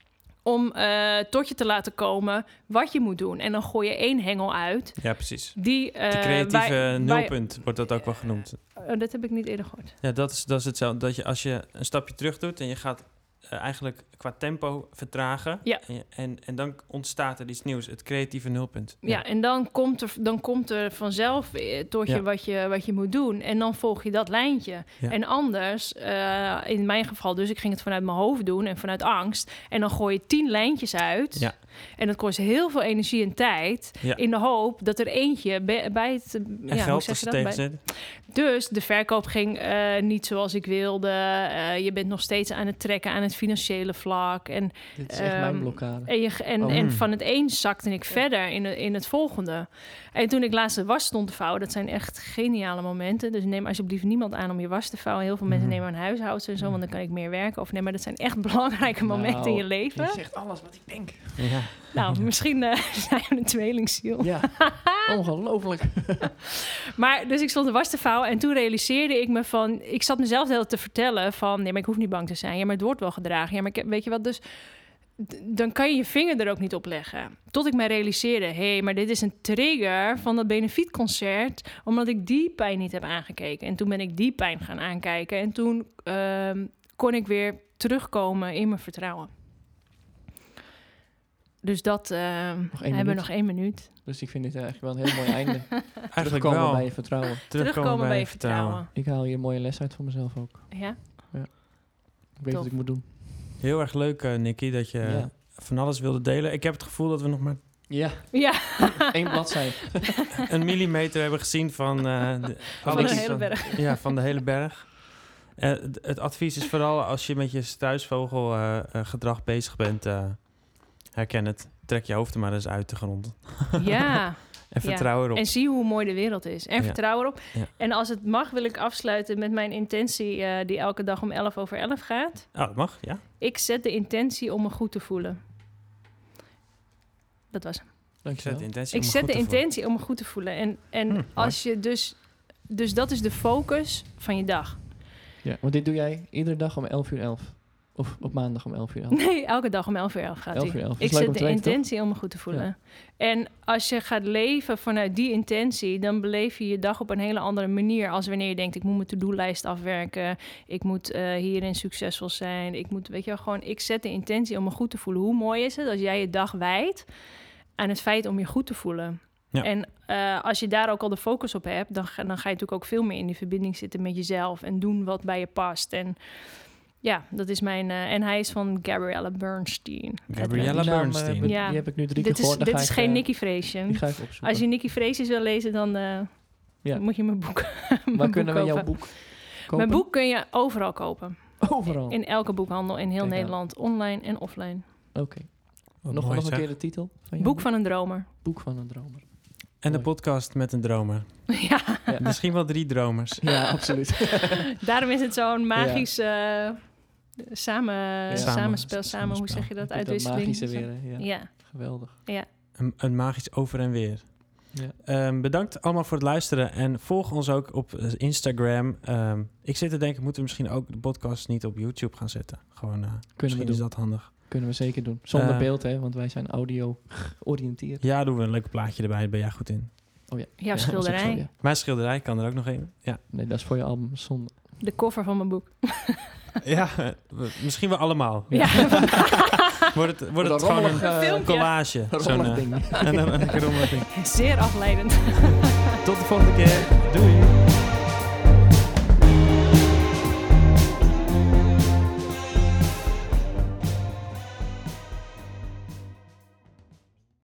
om uh, tot je te laten komen wat je moet doen. En dan gooi je één hengel uit. Ja, precies. Die, uh, de creatieve bij, nulpunt bij, wordt dat ook wel genoemd. Uh, dat heb ik niet eerder gehoord. Ja, dat is, dat is hetzelfde. Dat je als je een stapje terug doet... en je gaat uh, eigenlijk qua tempo vertragen... Ja. En, en, en dan ontstaat er iets nieuws. Het creatieve nulpunt. Ja, ja en dan komt, er, dan komt er vanzelf tot je, ja. wat je wat je moet doen. En dan volg je dat lijntje. Ja. En anders, uh, in mijn geval dus... ik ging het vanuit mijn hoofd doen en vanuit angst... en dan gooi je tien lijntjes uit... Ja. En dat kost heel veel energie en tijd... Ja. in de hoop dat er eentje bij, bij het... En ja, geld als je tegen zit. Dus de verkoop ging uh, niet zoals ik wilde. Uh, je bent nog steeds aan het trekken aan het financiële vlak. En, Dit is echt um, mijn blokkade. En, je, en, oh. en van het een zakte ik ja. verder in, de, in het volgende. En toen ik laatst de was stond te vouwen... dat zijn echt geniale momenten. Dus neem alsjeblieft niemand aan om je was te vouwen. Heel veel mm. mensen nemen een huishoudster en zo... want dan kan ik meer werken. Of nee, maar dat zijn echt belangrijke momenten nou, in je leven. Je zegt alles wat ik denk. Ja. Nou, misschien uh, zijn we een tweelingziel. Ja, ongelooflijk. Maar dus ik stond de was te vouwen en toen realiseerde ik me van... Ik zat mezelf de hele tijd te vertellen van... nee, maar ik hoef niet bang te zijn. Ja, maar het wordt wel gedragen. Ja, maar ik, weet je wat, dus... D- dan kan je je vinger er ook niet op leggen. Tot ik mij realiseerde... hé, hey, maar dit is een trigger van dat benefietconcert... omdat ik die pijn niet heb aangekeken. En toen ben ik die pijn gaan aankijken. En toen uh, kon ik weer terugkomen in mijn vertrouwen. Dus dat uh, hebben we nog één minuut. Dus ik vind dit eigenlijk wel een heel mooi einde. Eigenlijk Terugkomen wel. bij je vertrouwen. Terugkomen, Terugkomen bij je vertrouwen. vertrouwen. Ik haal hier een mooie les uit voor mezelf ook. Ja? Ja. Ik weet Top. wat ik moet doen. Heel erg leuk, uh, Nikki, dat je ja. van alles wilde delen. Ik heb het gevoel dat we nog maar... Ja. ja. Eén bladzijde. een millimeter hebben gezien van... Uh, de, van de hele berg. Ja, van de hele berg. Uh, d- het advies is vooral als je met je struisvogel uh, uh, gedrag bezig bent... Uh, herken het. Trek je hoofd er maar eens uit de grond. Ja. En vertrouw ja. erop. En zie hoe mooi de wereld is. En ja. vertrouw erop. Ja. En als het mag, wil ik afsluiten met mijn intentie... Uh, die elke dag om elf over elf gaat. Oh, dat mag, ja. Ik zet de intentie om me goed te voelen. Dat was hem. Ik zet de intentie, ik om, me zet goed de te intentie om me goed te voelen. En, en hm, als je dus... Dus dat is de focus van je dag. Ja, want dit doe jij iedere dag om elf uur elf. Of op maandag om elf uur elf? Nee, elke dag om elf uur elf gaat elf uur elf. Ik zet de intentie toch? Om me goed te voelen. Ja. En als je gaat leven vanuit die intentie... dan beleef je je dag op een hele andere manier... als wanneer je denkt, ik moet mijn to-do-lijst afwerken... ik moet uh, hierin succesvol zijn... ik moet, weet je wel, gewoon... ik zet de intentie om me goed te voelen. Hoe mooi is het als jij je dag wijdt... aan het feit om je goed te voelen... Ja. En uh, als je daar ook al de focus op hebt... Dan ga, dan ga je natuurlijk ook veel meer in die verbinding zitten met jezelf... en doen wat bij je past. En Ja, dat is mijn... Uh, en hij is van Gabriella Bernstein. Gabriella die naam, Bernstein. Uh, ja. Die heb ik nu drie dit keer gehoord. Is, dit ga is ik, geen uh, Nicky Vreesje. Die ga ik opzoeken. Als je Nicky Vreesjes wil lezen, dan uh, ja. moet je mijn boek mijn Waar boek kunnen we kopen. jouw boek kopen? Mijn boek kun je overal kopen. Overal? In elke boekhandel in heel Kijk Nederland. aan. Online en offline. Oké. Okay. Nog, mooi, nog een zeg. keer de titel? Van Boek boek van een dromer. Boek van een dromer. En de Mooi. podcast met een dromer. Ja. Ja. Misschien wel drie dromers. Ja, absoluut. Daarom is het zo'n magisch uh, samen, ja. samenspel. Samen, hoe zeg je dat? Uitwisseling. Magische weer, ja. ja. Geweldig. Ja. Een, een magisch over en weer. Ja. Um, bedankt allemaal voor het luisteren. En volg ons ook op Instagram. Um, ik zit te denken, moeten we misschien ook de podcast niet op YouTube gaan zetten? Gewoon, uh, misschien is dat handig. Kunnen we zeker doen. Zonder uh, beeld, hè, want wij zijn audio georiënteerd. Ja, doen we een leuk plaatje erbij. Daar ben jij goed in. Oh ja. Jouw schilderij. Zo, ja. Mijn schilderij kan er ook nog een. Ja. Nee, dat is voor je album zonde. De cover van mijn boek. Ja, misschien wel allemaal. Ja. wordt het, wordt het gewoon een, uh, een collage. Zo'n uh, ding. en dan een rommelig ding. Zeer afleidend. Tot de volgende keer. Doei.